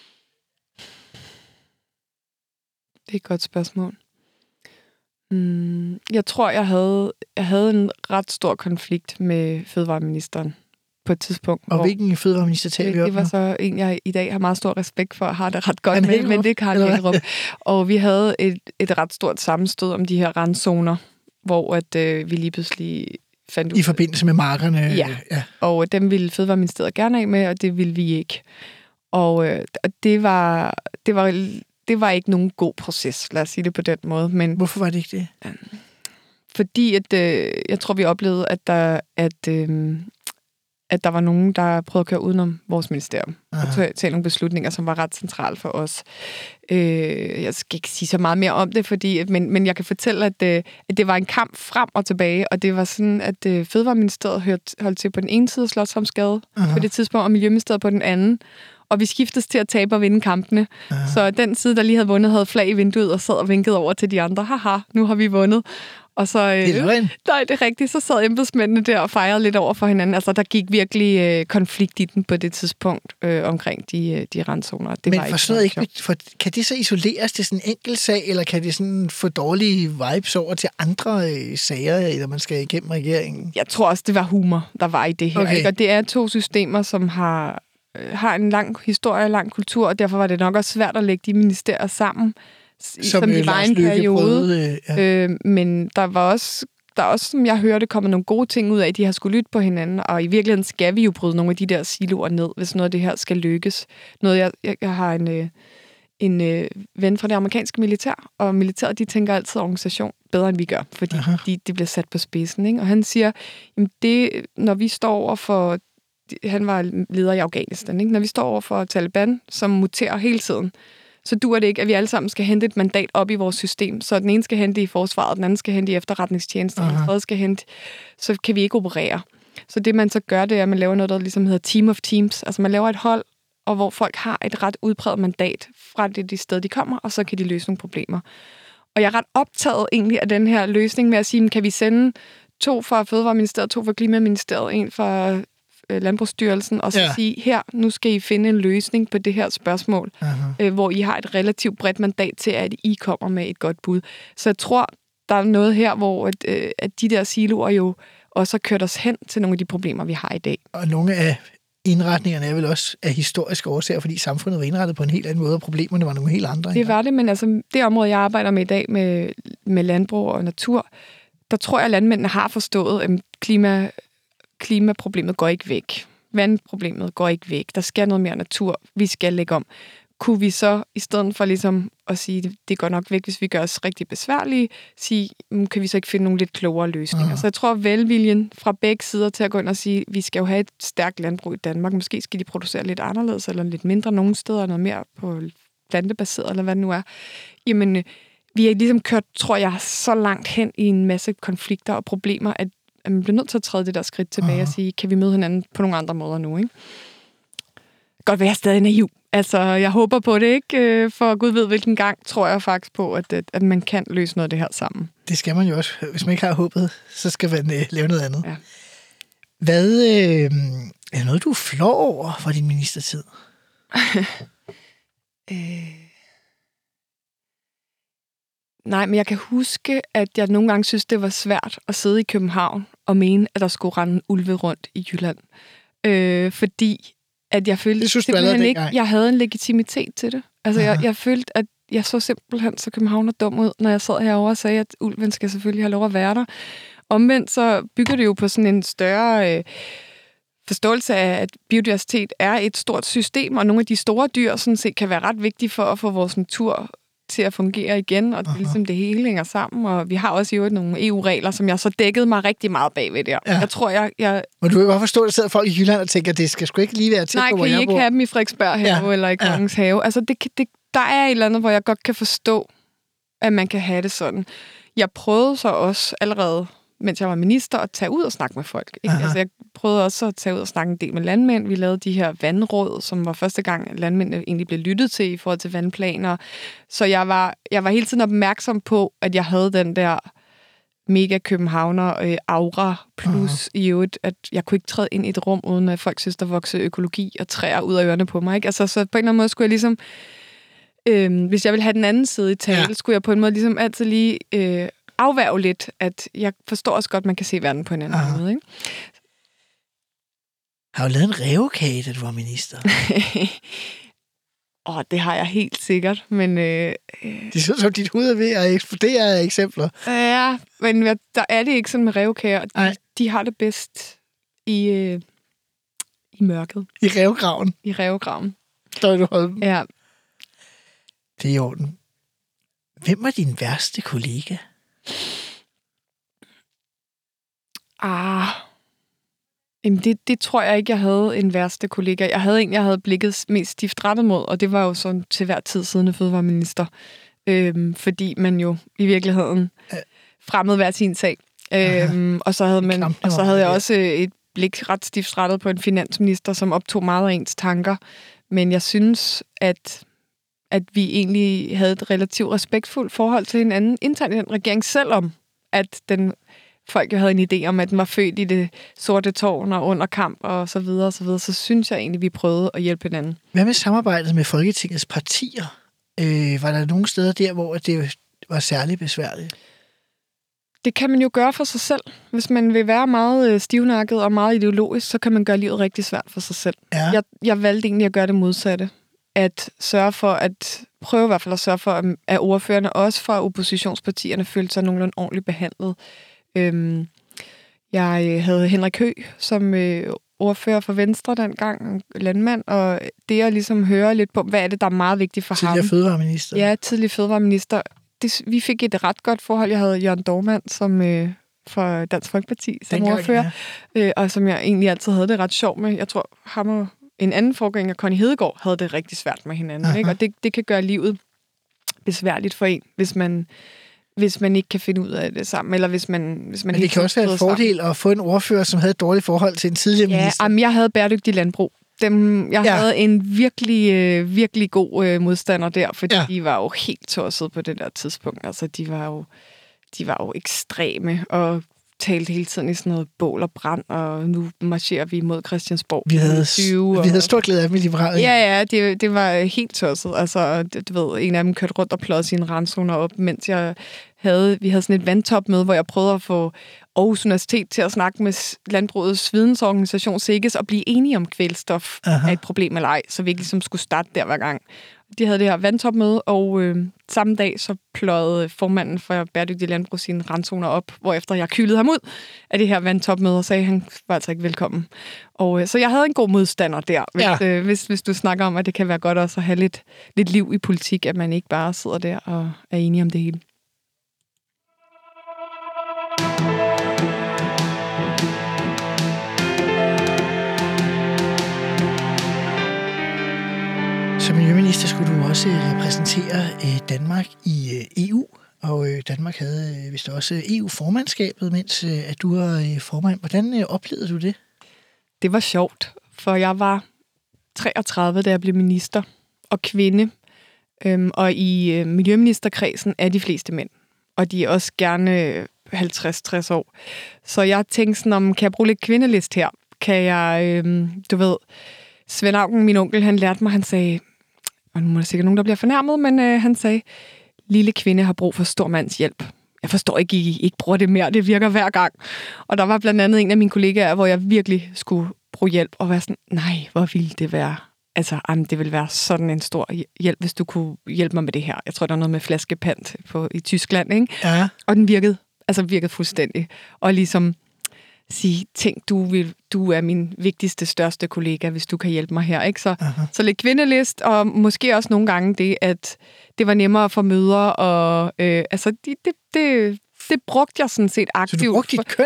Det er et godt spørgsmål. Mm, jeg tror, jeg havde, jeg havde en ret stor konflikt med fødevareministeren på et tidspunkt. Og hvor, hvilken fødevareminister tager vi op? Det var så en, jeg i dag har meget stor respekt for, og har det ret godt med, men det kan han ikke. Og vi havde et, et ret stort sammenstød om de her randzoner, hvor at, øh, vi lige pludselig fandt ud. I forbindelse med markerne? Ja, ja. Og dem ville Fødevareministeriet gerne af med, og det ville vi ikke. Og øh, det var... Det var Det var ikke nogen god proces, lad os sige det på den måde. Men, hvorfor var det ikke det? Fordi at, øh, jeg tror, vi oplevede, at der, at, øh, at der var nogen, der prøvede at køre udenom vores ministerium. Aha. Og tage, tage nogle beslutninger, som var ret centrale for os. Øh, jeg skal ikke sige så meget mere om det, fordi, men, men jeg kan fortælle, at, øh, at det var en kamp frem og tilbage, og det var sådan, at øh, Fødevareministeriet hørte, holdt til på den ene side af Slotsholmsgade på det tidspunkt, og Miljøministeriet på den anden. Og vi skiftes til at tabe og vinde kampene. Ja. Så den side, der lige havde vundet, havde flag i vinduet og sad og vinkede over til de andre. Haha, nu har vi vundet. Og så, øh, det er løgn. Nej, det er rigtigt. Så sad embedsmændene der og fejrede lidt over for hinanden. Altså, der gik virkelig øh, konflikt i den på det tidspunkt øh, omkring de, øh, de randzoner. Det Men var forstået ikke, for, kan det så isoleres til sådan en enkelt sag, eller kan det sådan få dårlige vibes over til andre øh, sager, eller man skal igennem regeringen? Jeg tror også, det var humor, der var i det her. Okay. Ikke? Og det er to systemer, som har... har en lang historie og lang kultur, og derfor var det nok også svært at lægge de ministerier sammen, som, som de var en periode. Prøvede, ja. øh, men der var også, der er også, som jeg hørte, kommet nogle gode ting ud af, at de har skulle lytte på hinanden, og i virkeligheden skal vi jo bryde nogle af de der siloer ned, hvis noget af det her skal lykkes. Noget, jeg, jeg, jeg har en, øh, en øh, ven fra det amerikanske militær, og militæret, de tænker altid organisation bedre, end vi gør, fordi de, de bliver sat på spidsen, ikke? Og han siger, jamen det, når vi står over for han var leder i Afghanistan, ikke? Når vi står over for Taliban, som muterer hele tiden, så duer det ikke, at vi alle sammen skal hente et mandat op i vores system. Så den ene skal hente i forsvaret, den anden skal hente i efterretningstjenesten, den tredje skal hente, så kan vi ikke operere. Så det, man så gør, det er, at man laver noget, der ligesom hedder team of teams. Altså man laver et hold og hvor folk har et ret udpræget mandat fra det de sted, de kommer, og så kan de løse nogle problemer. Og jeg er ret optaget egentlig af den her løsning med at sige, kan vi sende to fra Fødevareministeriet, to fra Klimaministeriet, en fra øh, Landbrugsstyrelsen, og så ja. sige, her, nu skal I finde en løsning på det her spørgsmål, øh, hvor I har et relativt bredt mandat til, at I kommer med et godt bud. Så jeg tror, der er noget her, hvor at, øh, at de der siloer jo også har kørt os hen til nogle af de problemer, vi har i dag. Og nogle af indretningerne er vel også af historiske årsager, fordi samfundet var indrettet på en helt anden måde, og problemerne var nogle helt andre. Det var det, men altså det område, jeg arbejder med i dag med, med landbrug og natur, der tror jeg, at landmændene har forstået, at klima, klimaproblemet går ikke væk. Vandproblemet går ikke væk. Der skal noget mere natur. Vi skal lægge om. Kunne vi så, i stedet for ligesom at sige, det, det går nok væk, hvis vi gør os rigtig besværlige, sige, kan vi så ikke finde nogle lidt klogere løsninger? Uh-huh. Så jeg tror, velviljen fra begge sider til at gå ind og sige, vi skal jo have et stærkt landbrug i Danmark. Måske skal de producere lidt anderledes, eller lidt mindre nogle steder, noget mere på plantebaseret, eller hvad det nu er. Jamen, vi har ligesom kørt, tror jeg, så langt hen i en masse konflikter og problemer, at man bliver nødt til at træde det der skridt tilbage uh-huh. og sige, kan vi møde hinanden på nogle andre måder nu, ikke? Godt være stadig naiv. Altså, jeg håber på det, ikke? For Gud ved, hvilken gang tror jeg faktisk på, at, at man kan løse noget af det her sammen. Det skal man jo også. Hvis man ikke har håbet, så skal man øh, lave noget andet. Ja. Hvad øh, er det noget, du flår over for din ministertid? øh... Nej, men jeg kan huske, at jeg nogle gange synes, det var svært at sidde i København og mene, at der skulle rende ulve rundt i Jylland. Øh, fordi at jeg følte det synes, simpelthen ikke, jeg havde en legitimitet til det. Altså, jeg, jeg følte, at jeg så simpelthen så Københavner dum ud, når jeg sad herovre og sagde, at ulven skal selvfølgelig have lov at være der. Omvendt så bygger det jo på sådan en større øh, forståelse af, at biodiversitet er et stort system, og nogle af de store dyr sådan set kan være ret vigtige for at få vores natur til at fungere igen, og det, ligesom det hele hænger sammen, og vi har også jo nogle E U-regler, som jeg så dækkede mig rigtig meget bagved der. Ja. Jeg tror, jeg... jeg... Men du kan godt forstå, at der sidder folk i Jylland og tænker, at det skal sgu ikke lige være til Nej, på, hvor jeg bor. Nej, kan I ikke have dem i Frederiksberg have, ja. Eller i Kongens ja. Have? Altså, det, det, der er et eller andet, hvor jeg godt kan forstå, at man kan have det sådan. Jeg prøvede så også allerede, mens jeg var minister, at tage ud og snakke med folk. Ikke? Altså, jeg prøvede også at tage ud og snakke en del med landmænd. Vi lavede de her vandråd, som var første gang, at landmændene egentlig blev lyttet til i forhold til vandplaner. Så jeg var, jeg var hele tiden opmærksom på, at jeg havde den der mega københavner øh, aura, plus uh-huh. i øvrigt, at jeg kunne ikke træde ind i et rum, uden at folk synes, der voksede økologi og træer ud af ørerne på mig. Ikke? Altså, så på en eller anden måde skulle jeg ligesom, øh, hvis jeg ville have den anden side i tale, ja. Skulle jeg på en måde ligesom altid lige øh, afværge lidt, at jeg forstår også godt, at man kan se verden på en anden uh-huh. måde. Ikke? Har du lavet en rævekage, da du var minister? Åh, oh, det har jeg helt sikkert, men... Øh, det ser ud som, dit hoved er ved at eksplodere af eksempler. Ja, men der er det ikke sådan med rævekager. De, de har det bedst i, øh, i mørket. I rævegraven? I rævegraven. Der du holde dem. Ja. Det er i orden. Hvem var din værste kollega? Ah... Jamen det, det tror jeg ikke, jeg havde en værste kollega. Jeg havde en, jeg havde blikket mest stift rettet mod, og det var jo sådan til hver tid siddende fødevareminister. Øhm, fordi man jo i virkeligheden fremmede hver sin sag. Øhm, og så havde, man, og så havde jeg også et blik ret stift rettet på en finansminister, som optog meget af ens tanker. Men jeg synes, at, at vi egentlig havde et relativt respektfuldt forhold til hinanden internt i den regering, selvom at den... folk jo havde en idé om, at den var født i det sorte tårn og under kamp og så videre og så videre, så synes jeg egentlig, vi prøvede at hjælpe hinanden. Hvad med samarbejdet med Folketingets partier? Øh, var der nogle steder der, hvor det var særlig besværligt? Det kan man jo gøre for sig selv. Hvis man vil være meget stivnakket og meget ideologisk, så kan man gøre livet rigtig svært for sig selv. Ja. Jeg, jeg valgte egentlig at gøre det modsatte. At sørge for, at prøve i hvert fald at sørge for, at ordførerne også fra oppositionspartierne følte sig nogenlunde ordentligt behandlet. Øhm, jeg havde Henrik Høgh som øh, ordfører for Venstre dengang, landmand, og det at ligesom høre lidt på, hvad er det, der er meget vigtigt for tidligere ham. Tidligere fødevareminister. Ja, tidligere fødevareminister. Det, vi fik et ret godt forhold. Jeg havde Jørgen Dohrmann som øh, for Dansk Folkeparti som dengang, ordfører, ja. øh, og som jeg egentlig altid havde det ret sjovt med. Jeg tror, ham og en anden forgænger, Connie Hedegaard, havde det rigtig svært med hinanden. Ikke? Og det, det kan gøre livet besværligt for en, hvis man... hvis man ikke kan finde ud af det sammen, eller hvis man... Hvis man Men det kan også være en fordel sammen. At få en ordfører, som havde et dårligt forhold til en tidligere ja, minister. Jamen, jeg havde bæredygtig landbrug. dem, jeg Ja. ja. havde en virkelig, øh, virkelig god øh, modstander der, fordi Ja. ja. de var jo helt tosset på det der tidspunkt. Altså, de var jo, de var jo ekstreme og talte hele tiden i sådan noget bål og brand, og nu marcherer vi mod Christiansborg. Vi havde, tyve, og... vi havde stor glæde af dem i Liberal. Ja, ja, det, det var helt tosset. Altså, du ved, en af dem kørte rundt og pløjede sine randzoner op, mens jeg havde, vi havde sådan et vandtopmøde, hvor jeg prøvede at få Aarhus Universitet til at snakke med Landbrugets vidensorganisation SEGES og blive enige om kvælstof Aha. er et problem eller ej, så vi ikke ligesom skulle starte der hver gang. De havde det her vandtopmøde, og øh, samme dag så pløjede formanden for Bæredygtig Landbrug sine randzoner op, hvorefter jeg kylede ham ud af det her vandtopmøde og sagde, at han var altså ikke velkommen. Og, øh, så jeg havde en god modstander der, hvis, Ja. øh, hvis, hvis du snakker om, at det kan være godt også at have lidt, lidt liv i politik, at man ikke bare sidder der og er enige om det hele. Som miljøminister skulle du også repræsentere øh, Danmark i øh, E U, og øh, Danmark havde øh, vist også E U-formandskabet, mens øh, at du var øh, formand. Hvordan øh, oplevede du det? Det var sjovt, for jeg var treogtredive, da jeg blev minister, og kvinde. Øhm, og i øh, miljøministerkredsen er de fleste mænd. Og de er også gerne halvtreds til tres år. Så jeg tænkte sådan, om kan jeg bruge lidt kvindelist her? Kan jeg, øh, du ved, Svend Auken, min onkel, han lærte mig, han sagde, og nu er der sikkert nogen, der bliver fornærmet, men øh, han sagde, lille kvinde har brug for stor mands hjælp. Jeg forstår ikke, I ikke bruger det mere, det virker hver gang. Og der var blandt andet en af mine kollegaer, hvor jeg virkelig skulle bruge hjælp, og være sådan, nej, hvor ville det være? Altså, jamen, det ville være sådan en stor hjælp, hvis du kunne hjælpe mig med det her. Jeg tror, der er noget med flaskepant på, i Tyskland, ikke? Ja. Og den virkede, altså virkede fuldstændig. Og ligesom sige, tænk, du, vil, du er min vigtigste, største kollega, hvis du kan hjælpe mig her, ikke? Så, så lidt kvindelist, og måske også nogle gange det, at det var nemmere at få møder, og øh, altså, det, det, det, det brugte jeg sådan set aktivt. Så du brugte dit køn?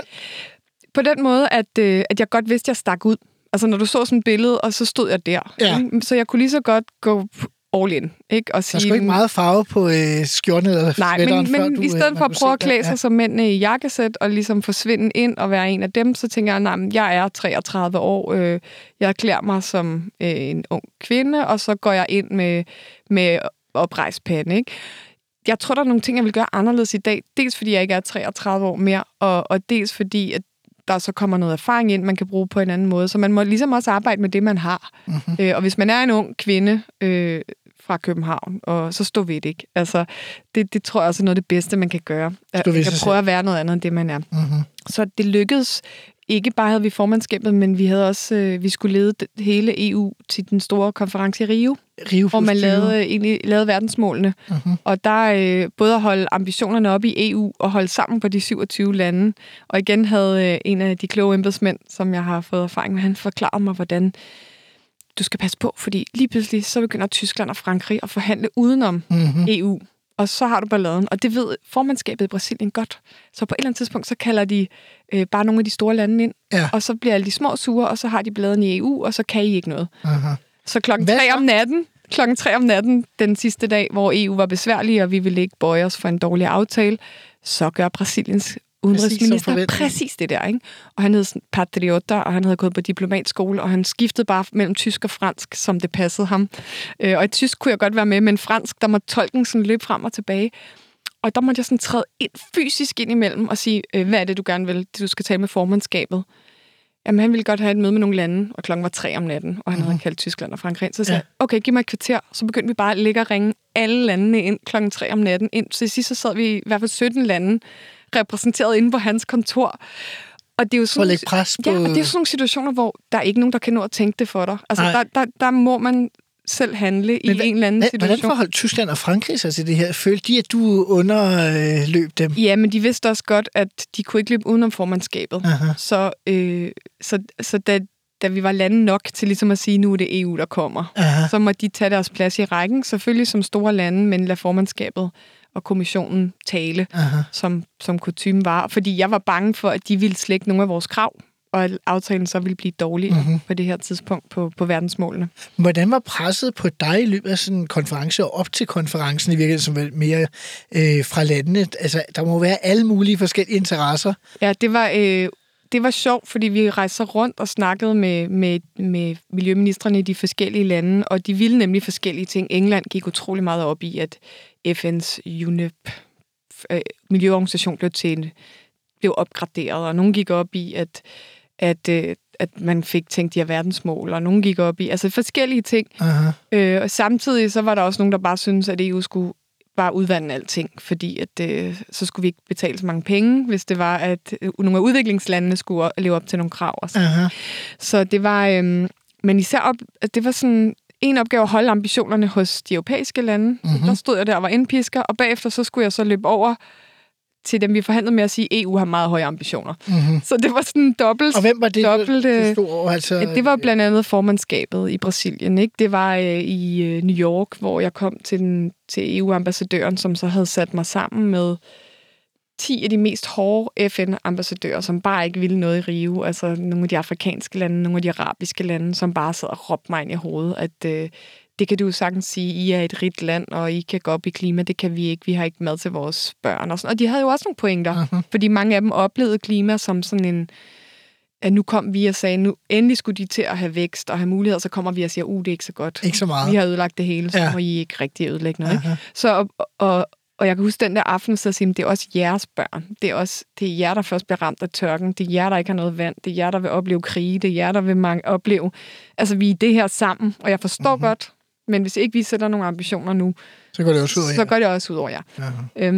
På den måde, at, øh, at jeg godt vidste, at jeg stak ud. Altså, når du så sådan et billede, og så stod jeg der. Ja. Ikke? Så jeg kunne lige så godt gå all in, ikke? Og sige, Der skulle ikke meget farve på øh, skjorten eller nej, sweateren, men, før men du, i stedet øh, for at prøve at klæde sig ja. som mændene i jakkesæt og ligesom forsvinde ind og være en af dem, så tænker jeg, nej, jeg er treogtredive år, øh, jeg klæder mig som øh, en ung kvinde, og så går jeg ind med, med oprejst pande, ikke? Jeg tror, der er nogle ting, jeg vil gøre anderledes i dag. Dels fordi jeg ikke er treogtredive år mere, og, og dels fordi, at der så kommer noget erfaring ind, man kan bruge på en anden måde. Så man må ligesom også arbejde med det, man har. Mm-hmm. Øh, og hvis man er en ung kvinde øh, fra København, og så står ved det ikke. Altså, det, det tror jeg også er noget af det bedste, man kan gøre. At man kan prøve at være noget andet, end det, man er. Mm-hmm. Så det lykkedes. Ikke bare havde vi formandskabet, men vi havde også øh, vi skulle lede hele E U til den store konference i Rio, Rio hvor man lavede, egentlig, lavede verdensmålene. Uh-huh. Og der øh, både at holde ambitionerne op i E U og holde sammen på de syvogtyve lande. Og igen havde øh, en af de kloge embedsmænd, som jeg har fået erfaring med, han forklarede mig, hvordan du skal passe på, fordi lige pludselig så begynder Tyskland og Frankrig at forhandle udenom uh-huh. E U. Og så har du balladen, og det ved formandskabet i Brasilien godt. Så på et eller andet tidspunkt, så kalder de øh, bare nogle af de store lande ind, ja. og så bliver alle de små sure, og så har de balladen i E U, og så kan I ikke noget. Aha. Så klokken tre om natten, klokken tre om natten, den sidste dag, hvor E U var besværlig, og vi ville ikke bøje os for en dårlig aftale, så gør Brasiliens udenrigsminister præcis, præcis det der, ikke? Og han hed Patriota, og han havde gået på diplomatskole, og han skiftede bare mellem tysk og fransk, som det passede ham. Øh, og i tysk kunne jeg godt være med, men fransk, der må tolken sådan løbe frem og tilbage. Og der måtte jeg sådan træde ind, fysisk ind imellem og sige, øh, hvad er det, du gerne vil, det du skal tale med formandskabet? Jamen, han ville godt have et møde med nogle lande, og klokken var tre om natten, og han mm. havde kaldt Tyskland og Frankrig ind. Så sagde jeg, ja. okay, giv mig et kvarter. Så begyndte vi bare at ligge og ringe alle landene ind klokken tre om natten. Ind. Så i sidst så sad vi i hvert fald sytten lande, repræsenteret inde på hans kontor. Og det er jo sådan, lægge pres på... Ja, og det er sådan nogle situationer, hvor der er ikke nogen, der kan nå at tænke det for dig. Altså, der, der, der må man selv handle men, i en eller anden hvad, situation. Hvordan forholdt Tyskland og Frankrig sig til det her? Følte de, at du underløb dem? Ja, men de vidste også godt, at de kunne ikke løbe udenom formandskabet. Aha. Så, øh, så, så da, da vi var lande nok til ligesom at sige, nu er det E U, der kommer, Aha. så må de tage deres plads i rækken, selvfølgelig som store lande, men lade formandskabet og kommissionen tale, som, som kutymen var. Fordi jeg var bange for, at de ville slække nogle af vores krav, og at aftalen så ville blive dårlig mm-hmm. på det her tidspunkt på, på verdensmålene. Hvordan var presset på dig i løbet af sådan en konference og op til konferencen i virkeligheden, som var mere øh, fra landene? Altså, der må være alle mulige forskellige interesser. Ja, det var, øh, det var sjovt, fordi vi rejste rundt og snakkede med, med, med miljøministrene i de forskellige lande, og de ville nemlig forskellige ting. England gik utrolig meget op i, at F N's U N E P øh, miljøorganisation blev, til, blev opgraderet, og nogen gik op i, at, at, øh, at man fik tænkt de her verdensmål, og nogen gik op i altså forskellige ting. Uh-huh. Øh, og samtidig så var der også nogen, der bare syntes, at E U skulle bare udvande alting, fordi at, øh, så skulle vi ikke betale så mange penge, hvis det var, at øh, nogle af udviklingslandene skulle leve op til nogle krav. Og uh-huh. Så det var, øh, men især op, at det var sådan en opgave at holde ambitionerne hos de europæiske lande. Uh-huh. Der stod jeg der og var indpisker, og bagefter så skulle jeg så løbe over til dem, vi forhandlede med at sige, at E U har meget høje ambitioner. Mm-hmm. Så det var sådan dobbelt... Og hvem var det, dobbelt, det stod over? Altså, det var blandt andet formandskabet i Brasilien. Ikke? Det var øh, i øh, New York, hvor jeg kom til, den, til E U-ambassadøren, som så havde sat mig sammen med ti af de mest hårde F N-ambassadører, som bare ikke ville noget i Rio. Altså nogle af de afrikanske lande, nogle af de arabiske lande, som bare sad og råbte mig ind i hovedet, at... Øh, det kan du jo sagtens sige, I er et rigt land, og I kan gå op i klima, det kan vi ikke, vi har ikke mad til vores børn. Og, sådan. Og de havde jo også nogle pointer, uh-huh. fordi mange af dem oplevede klima som sådan en, at nu kom vi og sagde, nu endelig skulle de til at have vækst og have muligheder, så kommer vi og siger, uh, det er ikke så godt. Ikke så meget. Vi har ødelagt det hele, så ja. må I ikke rigtig ødelægge noget. Uh-huh. Så, og, og, og jeg kan huske den der aften, så at sige, det er også jeres børn. Det er, også, det er jer, der først bliver ramt af tørken. Det er jer, der ikke har noget vand. Det er jer, der vil opleve krige. Det er jer, der vil mange opleve. Altså, vi er det her sammen, og jeg forstår uh-huh. godt, men hvis ikke vi sætter nogle ambitioner nu, så går det også ud over jer. Så går det også ud over jer. Øhm,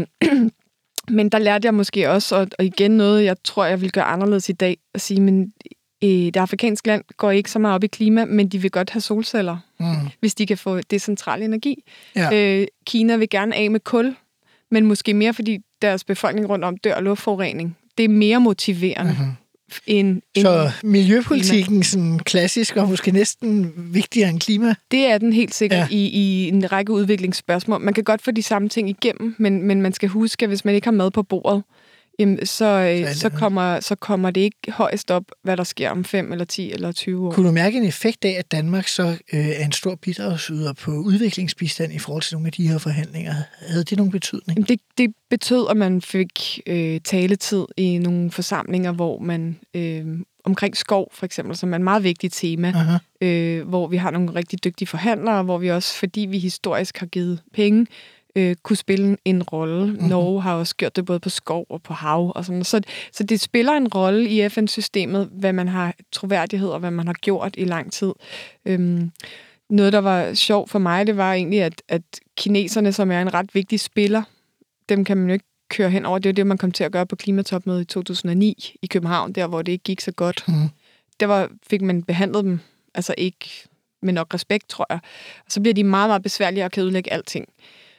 men der lærte jeg måske også, og, og igen noget, jeg tror, jeg vil gøre anderledes i dag, at sige, men øh, det afrikanske land går ikke så meget op i klima, men de vil godt have solceller, mm. hvis de kan få decentral energi. Ja. Øh, Kina vil gerne af med kul, men måske mere, fordi deres befolkning rundt om dør af luftforurening. Det er mere motiverende. Mm-hmm. En, en så miljøpolitikken sådan klassisk og måske næsten vigtigere end klima? Det er den helt sikkert ja. i, i en række udviklingsspørgsmål. Man kan godt få de samme ting igennem, men, men man skal huske, at hvis man ikke har mad på bordet, jamen, så, så, så, kommer, så kommer det ikke højst op, hvad der sker om fem eller ti eller tyve år. Kunne du mærke en effekt af, at Danmark så øh, er en stor bidragsyder på udviklingsbistand i forhold til nogle af de her forhandlinger? Havde det nogen betydning? Det, det betød, at man fik øh, taletid i nogle forsamlinger, hvor man øh, omkring skov for eksempel, som er et meget vigtigt tema, øh, hvor vi har nogle rigtig dygtige forhandlere, hvor vi også, fordi vi historisk har givet penge, Øh, kunne spille en rolle. Mm-hmm. Norge har også gjort det både på skov og på hav. Og sådan. Så, så det spiller en rolle i F N-systemet, hvad man har troværdighed og hvad man har gjort i lang tid. Øhm, noget, der var sjovt for mig, det var egentlig, at, at kineserne, som er en ret vigtig spiller, dem kan man jo ikke køre hen over. Det er det, man kom til at gøre på klimatopmødet i to tusind og ni i København, der hvor det ikke gik så godt. Mm-hmm. Der var, fik man behandlet dem, altså ikke med nok respekt, tror jeg. Og så bliver de meget, meget besværlige og kan udlægge alting.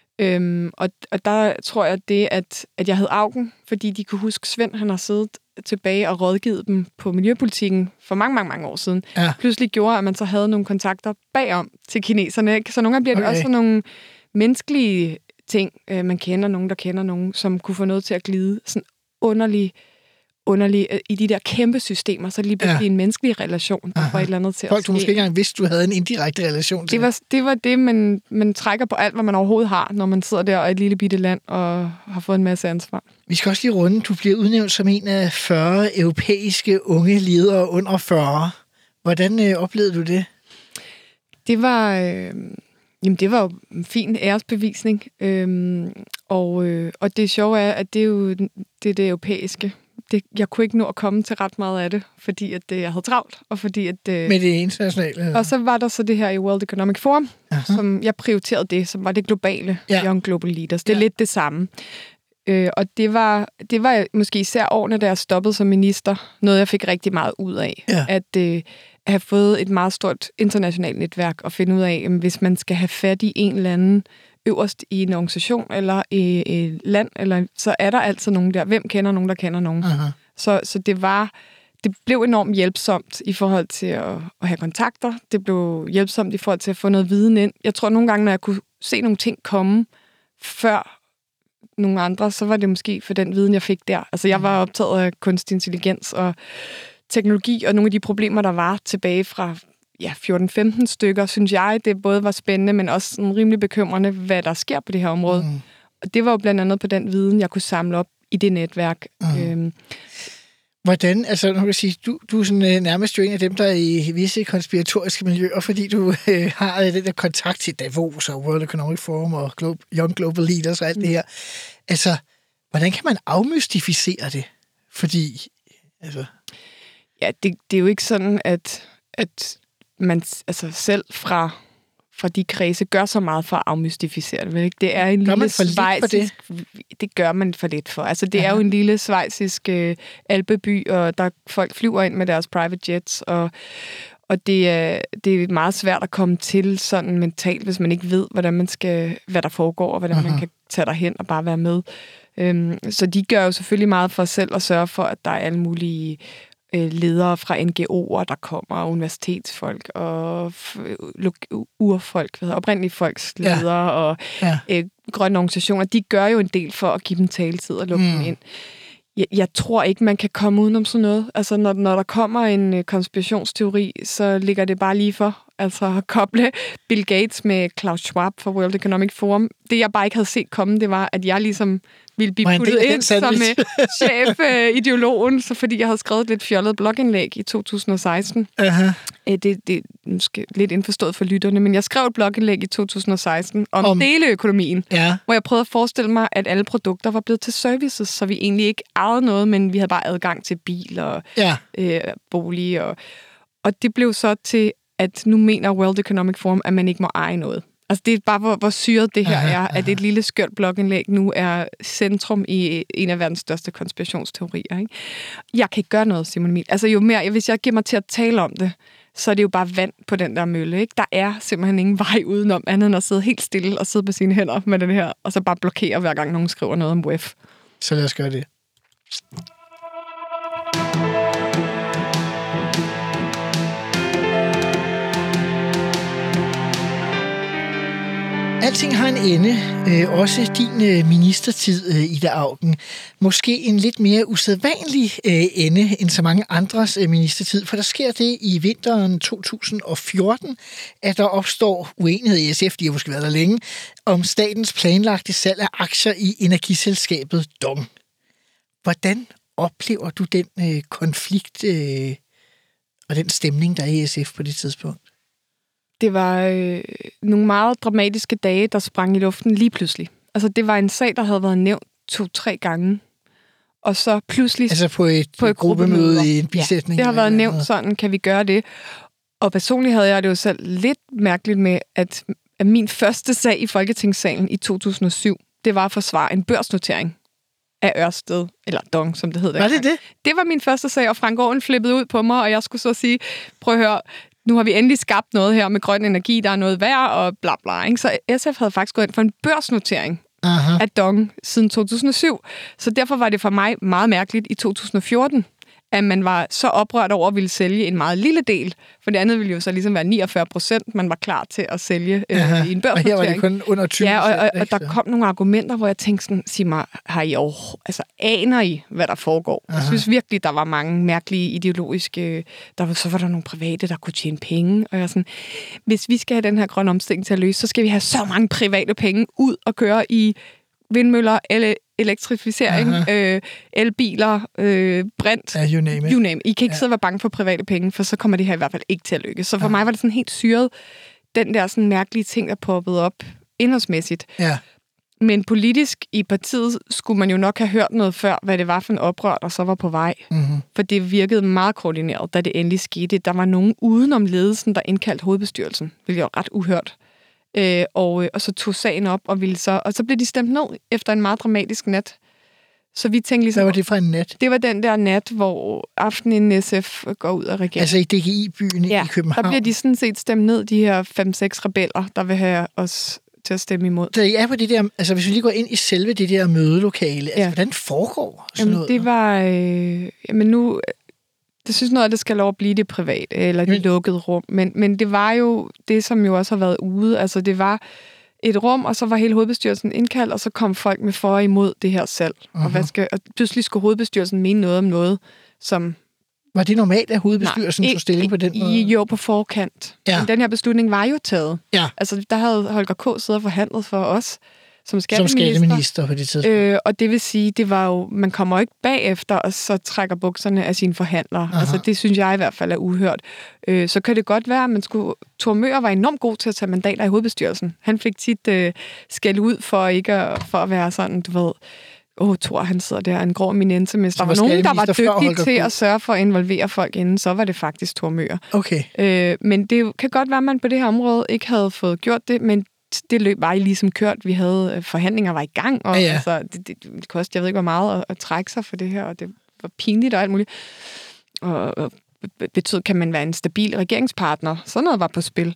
Øhm, og, og der tror jeg det, at, at jeg havde augen, fordi de kunne huske, Svend han har siddet tilbage og rådgivet dem på miljøpolitikken for mange, mange, mange år siden. Ja. Pludselig gjorde, at man så havde nogle kontakter bagom til kineserne. Ikke? Så nogle gange bliver det okay. også nogle menneskelige ting. Øh, man kender nogen, der kender nogen, som kunne få noget til at glide. Sådan underlig, underlig i de der kæmpe systemer, så lige pludselig ja. en menneskelig relation, der får et eller andet til Folk, at ske. du måske ikke engang vidste, du havde en indirekte relation til. Det var det, var det man, man trækker på alt, hvad man overhovedet har, når man sidder der og et lille bitte land og har fået en masse ansvar. Vi skal også lige runde. Du bliver udnævnt som en af fyrre europæiske unge ledere under fyrre. Hvordan øh, oplevede du det? Det var... Øh, Jamen, det var jo en fin æresbevisning. Øhm, og, øh, og det sjove er, at det er jo det, er det europæiske. Det, jeg kunne ikke nå at komme til ret meget af det, fordi at, øh, jeg havde travlt, og fordi at... Øh, Med det internationale? Eller? Og så var der så det her i World Economic Forum, Aha. som jeg prioriterede det, som var det globale ja. Young Global Leaders. Det er ja. lidt det samme. Øh, og det var, det var måske især årene, da jeg stoppede som minister, noget jeg fik rigtig meget ud af. Ja. At øh, have fået et meget stort internationalt netværk og finde ud af, at hvis man skal have fat i en eller anden øverst i en organisation eller i et land, eller, så er der altid nogen der. Hvem kender nogen, der kender nogen? Så, så det var... Det blev enormt hjælpsomt i forhold til at, at have kontakter. Det blev hjælpsomt i forhold til at få noget viden ind. Jeg tror nogle gange, når jeg kunne se nogle ting komme før nogle andre, så var det måske for den viden, jeg fik der. Altså, jeg var optaget af kunstig intelligens og teknologi, og nogle af de problemer, der var tilbage fra ja, fjorten femten stykker, synes jeg, det både var spændende, men også sådan rimelig bekymrende, hvad der sker på det her område. Mm. Og det var jo blandt andet på den viden, jeg kunne samle op i det netværk. Mm. Øhm, Hvordan, altså nu kan jeg sige, du, du er sådan, øh, nærmest jo en af dem, der er i visse konspiratoriske miljøer, fordi du øh, har øh, den der kontakt til Davos og World Economic Forum og Glo- Young Global Leaders og alt mm. det her. Altså, hvordan kan man afmystificere det? Fordi, altså... Ja, det, det er jo ikke sådan, at, at man altså selv fra... fra de kredse gør så meget for at afmystificere det. Ikke? Det er en gør lille schweizisk... det? det gør man for lidt for. Altså, det Aha. er jo en lille schweizisk øh, alpeby, og der folk flyver ind med deres private jets, og, og det, er, det er meget svært at komme til sådan mentalt, hvis man ikke ved, hvordan man skal, hvad der foregår, og hvordan Aha. man kan tage derhen og bare være med. Øhm, så de gør jo selvfølgelig meget for selv at sørge for, at der er alle mulige ledere fra N G O'er, der kommer, universitetsfolk og urfolk, hvad hedder, oprindelige folks ledere ja. og ja. Øh, grønne organisationer, de gør jo en del for at give dem taletid og lukke mm. dem ind. Jeg, jeg tror ikke, man kan komme udenom sådan noget. Altså, når, når der kommer en øh, konspirationsteori, så ligger det bare lige for. Altså, at koble Bill Gates med Klaus Schwab fra World Economic Forum. Det, jeg bare ikke havde set komme, det var, at jeg ligesom ville blive puttet ind som chef-ideologen, så fordi jeg havde skrevet et lidt fjollet blogindlæg i to tusind og seksten. Uh-huh. Det, det er måske lidt indforstået for lytterne, men jeg skrev et blogindlæg i to tusind og seksten om, om deleøkonomien, ja. hvor jeg prøvede at forestille mig, at alle produkter var blevet til services, så vi egentlig ikke ejede noget, men vi havde bare adgang til bil og ja. øh, bolig. Og, og det blev så til, at nu mener World Economic Forum, at man ikke må eje noget. Altså, det er bare, hvor, hvor syret det her aha, er, at et lille skørt blogindlæg nu er centrum i en af verdens største konspirationsteorier. Ikke? Jeg kan ikke gøre noget, Simon Emil. Altså, jo mere, hvis jeg giver mig til at tale om det, så er det jo bare vand på den der mølle. Ikke? Der er simpelthen ingen vej udenom, andet end at sidde helt stille og sidde på sine hænder med den her, og så bare blokere, hver gang nogen skriver noget om W E F. Så lad os gøre det. Alting har en ende, øh, også din øh, ministertid, øh, Ida Auken. Måske en lidt mere usædvanlig øh, ende end så mange andres øh, ministertid, for der sker det i vinteren to tusind og fjorten, at der opstår uenighed i S F, de har måske været der længe, om statens planlagte salg af aktier i energiselskabet DONG. Hvordan oplever du den øh, konflikt øh, og den stemning, der er i S F på det tidspunkt? Det var øh, nogle meget dramatiske dage, der sprang i luften lige pludselig. Altså, det var en sag, der havde været nævnt to-tre gange. Og så pludselig... Altså på et, på et gruppemøde i en bisætning? Ja, det har været nævnt sådan, kan vi gøre det? Og personligt havde jeg det jo selv lidt mærkeligt med, at, at min første sag i Folketingssalen i to tusind og syv, det var at forsvare en børsnotering af Ørsted, eller DONG, som det hed. Var det det? Det var min første sag, og Frank Aaen flippede ud på mig, og jeg skulle så sige, prøv at høre, nu har vi endelig skabt noget her med grøn energi, der er noget værd, og bla bla. Ikke? Så S F havde faktisk gået ind for en børsnotering Aha. af DONG siden to tusind og syv. Så derfor var det for mig meget mærkeligt i to tusind og fjorten, at man var så oprørt over at ville sælge en meget lille del. For det andet ville jo så ligesom være niogfyrre procent, man var klar til at sælge øh, i en børsnotering. Og her var det kun under tyve procent. Ja, og, og, og der kom nogle argumenter, hvor jeg tænkte sådan, sig mig, har I over, altså, aner I, hvad der foregår? Aha. Jeg synes virkelig, der var mange mærkelige ideologiske... Der var, så var der nogle private, der kunne tjene penge. Og jeg sådan, hvis vi skal have den her grønne omstilling til at løse, så skal vi have så mange private penge ud og køre i vindmøller, eller elektrificering, øh, elbiler, øh, brint, ja, you name it. You name it. I kan ikke ja. sidde og være bange for private penge, for så kommer det her i hvert fald ikke til at lykkes. Så for ja. mig var det sådan helt syret, den der sådan mærkelige ting, der poppede op indholdsmæssigt. Ja. Men politisk i partiet skulle man jo nok have hørt noget før, hvad det var for en oprør, der så var på vej. Mm-hmm. For det virkede meget koordineret, da det endelig skete. Der var nogen udenom ledelsen, der indkaldte hovedbestyrelsen, hvilket var ret uhørt. Øh, og, og så tog sagen op, og, ville så, og så blev de stemt ned efter en meget dramatisk nat. Så vi tænkte ligesom... Hvad var det for en nat? Det var den der nat, hvor aftenen inden S F går ud af regeringen. Altså i D G I-byen ja, i København? Der bliver de sådan set stemt ned, de her fem-seks rebeller, der vil have os til at stemme imod. Så er på det der, altså hvis vi lige går ind i selve det der mødelokale, altså ja. hvordan foregår sådan jamen, noget? Det var... Øh, jamen nu... Jeg synes noget, at det skal lov at blive det private, eller det lukkede rum. Men, men det var jo det, som jo også har været ude. Altså, det var et rum, og så var hele hovedbestyrelsen indkaldt, og så kom folk med for og imod det her salg. Uh-huh. Og, hvad skal, og pludselig skulle hovedbestyrelsen mene noget om noget, som... Var det normalt, at hovedbestyrelsen tog stilling på den måde? Jo, på forkant. Ja. Men den her beslutning var jo taget. Ja. Altså, der havde Holger K. siddet og forhandlet for os. som skatteminister. Som skatteminister på det tidspunkt. Øh, og det vil sige, det var jo, man kommer jo ikke bagefter, og så trækker bukserne af sine forhandlere. Aha. Altså, det synes jeg i hvert fald er uhørt. Øh, så kan det godt være, at man skulle... Thor Møger var enormt god til at tage mandater i hovedbestyrelsen. Han fik tit øh, skæld ud for ikke at, for at være sådan, du ved... Åh, oh, Thor, han sidder der, en grå eminence. Hvis der var, var nogen, der var dygtige til at sørge for at involvere folk inden, så var det faktisk Thor Møger. Okay. Øh, men det kan godt være, at man på det her område ikke havde fået gjort det, men det løb var ligesom kørt. Vi havde forhandlinger, var i gang, og ja, ja. Altså, det, det, det kostede, jeg ved ikke, hvor meget at, at trække sig for det her, og det var pinligt og alt muligt. Og, og betød, kan man være en stabil regeringspartner? Sådan noget var på spil.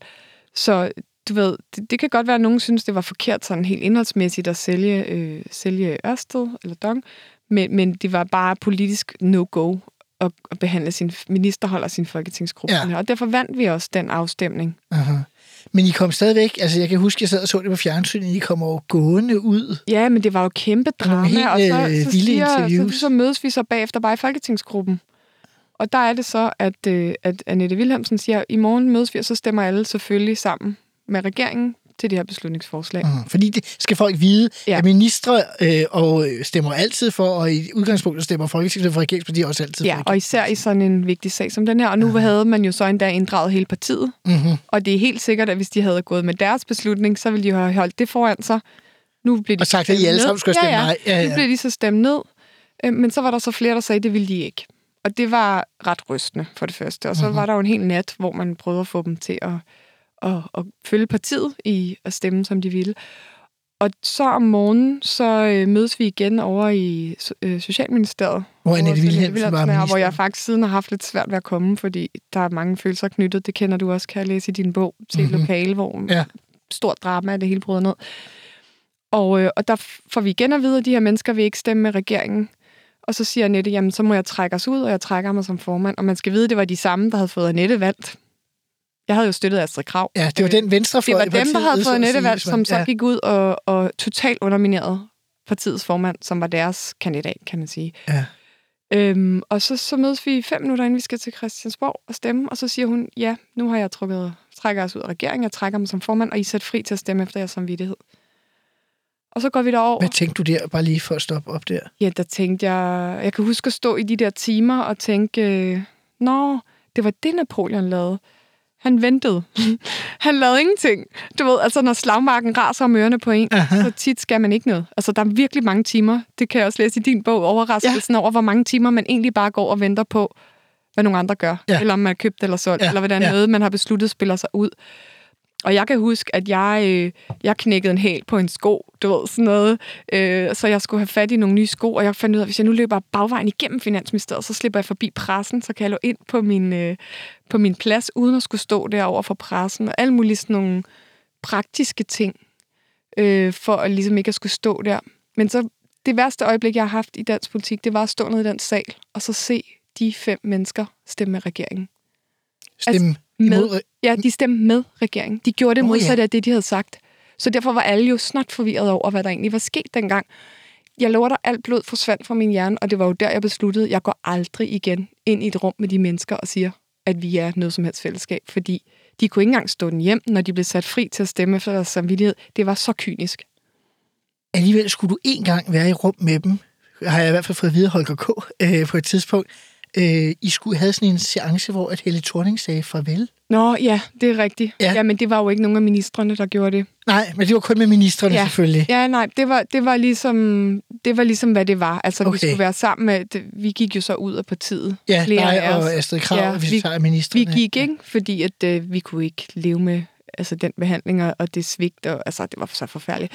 Så du ved, det, det kan godt være, at nogen synes, det var forkert sådan helt indholdsmæssigt at sælge, øh, sælge Ørsted eller Dong, men, men det var bare politisk no-go at, at behandle sin ministerhold og sin folketingsgruppe. Ja. Og derfor vandt vi også den afstemning. Aha. Men I kom stadigvæk, altså jeg kan huske, jeg sad og så det på fjernsynet, I kom over gående ud. Ja, men det var jo kæmpe drama, helt, og så, så, siger, så, så mødes vi så bagefter bare i folketingsgruppen. Og der er det så, at, at Annette Wilhelmsen siger, i morgen mødes vi, og så stemmer alle selvfølgelig sammen med regeringen til det her beslutningsforslag. Mm, fordi det skal folk vide, ja. At ministre øh, og stemmer altid for, og i udgangspunktet stemmer Folketinget for regeringspartier også altid ja, for. Ja, og især i sådan en vigtig sag som den her. Og nu uh-huh. havde man jo så endda inddraget hele partiet. Uh-huh. Og det er helt sikkert, at hvis de havde gået med deres beslutning, så ville de have holdt det foran sig. Nu blev de og sagt, at I alle sammen skulle stemme ja, ja. nej. Ja, ja. Nu blev de så stemt ned. Men så var der så flere, der sagde, at det ville de ikke. Og det var ret rystende for det første. Og så uh-huh. var der jo en hel nat, hvor man prøvede at få dem til at Og, og følge partiet i at stemme, som de ville. Og så om morgenen, så øh, mødes vi igen over i øh, Socialministeriet. Hvor Annette Wilhelmsen var minister. Hvor jeg faktisk siden har haft lidt svært ved at komme, fordi der er mange følelser knyttet. Det kender du også, kan jeg læse i din bog, til mm-hmm. et lokale, hvor ja. Stort drama af det hele bryder ned. Og, øh, og der får vi igen at vide, at de her mennesker vil ikke stemme med regeringen. Og så siger Annette, jamen så må jeg trække os ud, og jeg trækker mig som formand. Og man skal vide, at det var de samme, der havde fået Annette valgt. Jeg havde jo støttet Astrid Krag. Ja, det var den venstrefløj. Det var dem, der havde fået Annette valgt, som så ja. Gik ud og, og totalt underminerede partiets formand, som var deres kandidat, kan man sige. Ja. Øhm, og så, så mødes vi fem minutter, inden vi skal til Christiansborg og stemme, og så siger hun, ja, nu har jeg trukket, trækker os ud af regeringen, jeg trækker mig som formand, og I er sat fri til at stemme efter jeres samvittighed. Og så går vi derover. Hvad tænkte du der, bare lige for at stoppe op der? Ja, der tænkte jeg, jeg kan huske at stå i de der timer og tænke, øh, nå, det var det, Napoleon lavede. Han ventede. Han lavede ingenting. Du ved, altså når slagmarken raser om ørerne på en, aha. Så tit skal man ikke noget. Altså der er virkelig mange timer. Det kan jeg også læse i din bog, overraskelsen ja. Over, hvor mange timer man egentlig bare går og venter på, hvad nogle andre gør. Ja. Eller om man er købt eller solgt, ja. Eller hvordan ja. Noget, man har besluttet, spiller sig ud. Og jeg kan huske, at jeg, øh, jeg knækkede en hæl på en sko, du ved, sådan noget. Øh, så jeg skulle have fat i nogle nye sko, og jeg fandt ud af, at hvis jeg nu løber bagvejen igennem Finansministeriet, så slipper jeg forbi pressen, så kan jeg løbe ind på min, øh, på min plads, uden at skulle stå derovre for pressen, og alle mulige sådan nogle praktiske ting, øh, for at ligesom ikke at skulle stå der. Men så det værste øjeblik, jeg har haft i dansk politik, det var at stå nede i den sal, og så se de fem mennesker stemme med regeringen. Stemme altså, med, ja, de stemte med regeringen. De gjorde det modsat oh, ja. Af det, de havde sagt. Så derfor var alle jo snart forvirret over, hvad der egentlig var sket dengang. Jeg lover dig, alt blod forsvandt fra min hjerne, og det var jo der, jeg besluttede, jeg går aldrig igen ind i et rum med de mennesker og siger, at vi er noget som helst fællesskab, fordi de kunne ikke engang stå den hjem, når de blev sat fri til at stemme efter deres samvittighed. Det var så kynisk. Alligevel skulle du en gang være i rum med dem, har jeg i hvert fald fået at vide Holger K. Øh, på et tidspunkt. Øh, I skulle have sådan en seance, hvor at Helle Thorning sagde farvel. Nå, ja, det er rigtigt. Ja. Ja, men det var jo ikke nogen af ministrene, der gjorde det. Nej, men det var kun med ministrene ja. Selvfølgelig. Ja, nej, det var, det var ligesom, det var ligesom, hvad det var. Altså, okay. Vi skulle være sammen med, det, vi gik jo så ud af partiet. Ja, dig og Astrid Krag, ja, og vi, vi tager ministrene. Vi gik, ikke, fordi at, øh, vi kunne ikke leve med altså, den behandling og det svigt, og altså, det var så forfærdeligt.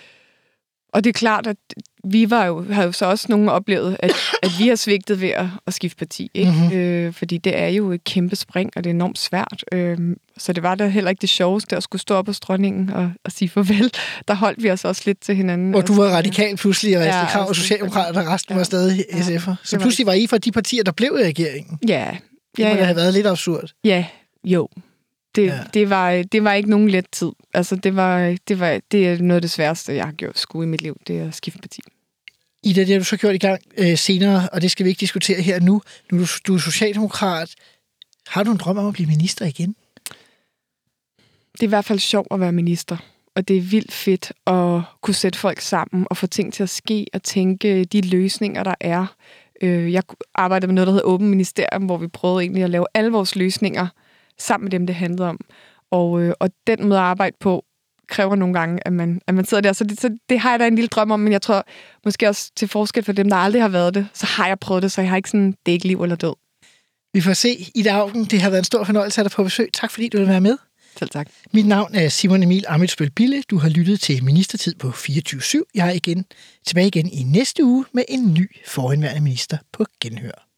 Og det er klart, at vi var jo, har jo så også nogen oplevet, at, at vi har svigtet ved at, at skifte parti. Ikke? Mm-hmm. Øh, fordi det er jo et kæmpe spring, og det er enormt svært. Øh, så det var da heller ikke det sjoveste at skulle stå op på Stronningen og, og sige farvel. Der holdt vi os også lidt til hinanden. Og du var radikal pludselig, og Astrid Krag og Socialdemokrat, og resten ja. Var stadig S F'er. Så pludselig var I fra de partier, der blev i regeringen. Ja. Det ja, må da ja. have været lidt absurd. Ja, jo. Det, ja. det, var, det var ikke nogen let tid. Altså, det, var, det, var, det er noget af det sværeste, jeg har gjort sgu i mit liv, det er at skifte parti. Ida, det har du så gjort i gang øh, senere, og det skal vi ikke diskutere her nu. Nu er du, du er socialdemokrat. Har du en drøm om at blive minister igen? Det er i hvert fald sjovt at være minister. og det er vildt fedt at kunne sætte folk sammen og få ting til at ske og tænke de løsninger, der er. Jeg arbejdede med noget, der hedder Åben Ministerium, hvor vi prøvede egentlig at lave alle vores løsninger sammen med dem, det handlede om. Og, og den måde at arbejde på kræver nogle gange, at man, at man sidder der. Så det, så det har jeg da en lille drøm om, men jeg tror måske også til forskel for dem, der aldrig har været det, så har jeg prøvet det, så jeg har ikke sådan, det er ikke liv eller død. Vi får se i dagen. Det har været en stor fornøjelse at have dig på besøg. Tak fordi du vil være med. Selv tak. Mit navn er Simon Emil Amitsbøl Bille. Du har lyttet til Ministertid på fireogtyve syv. Jeg er igen tilbage igen i næste uge med en ny forhenværende minister på genhør.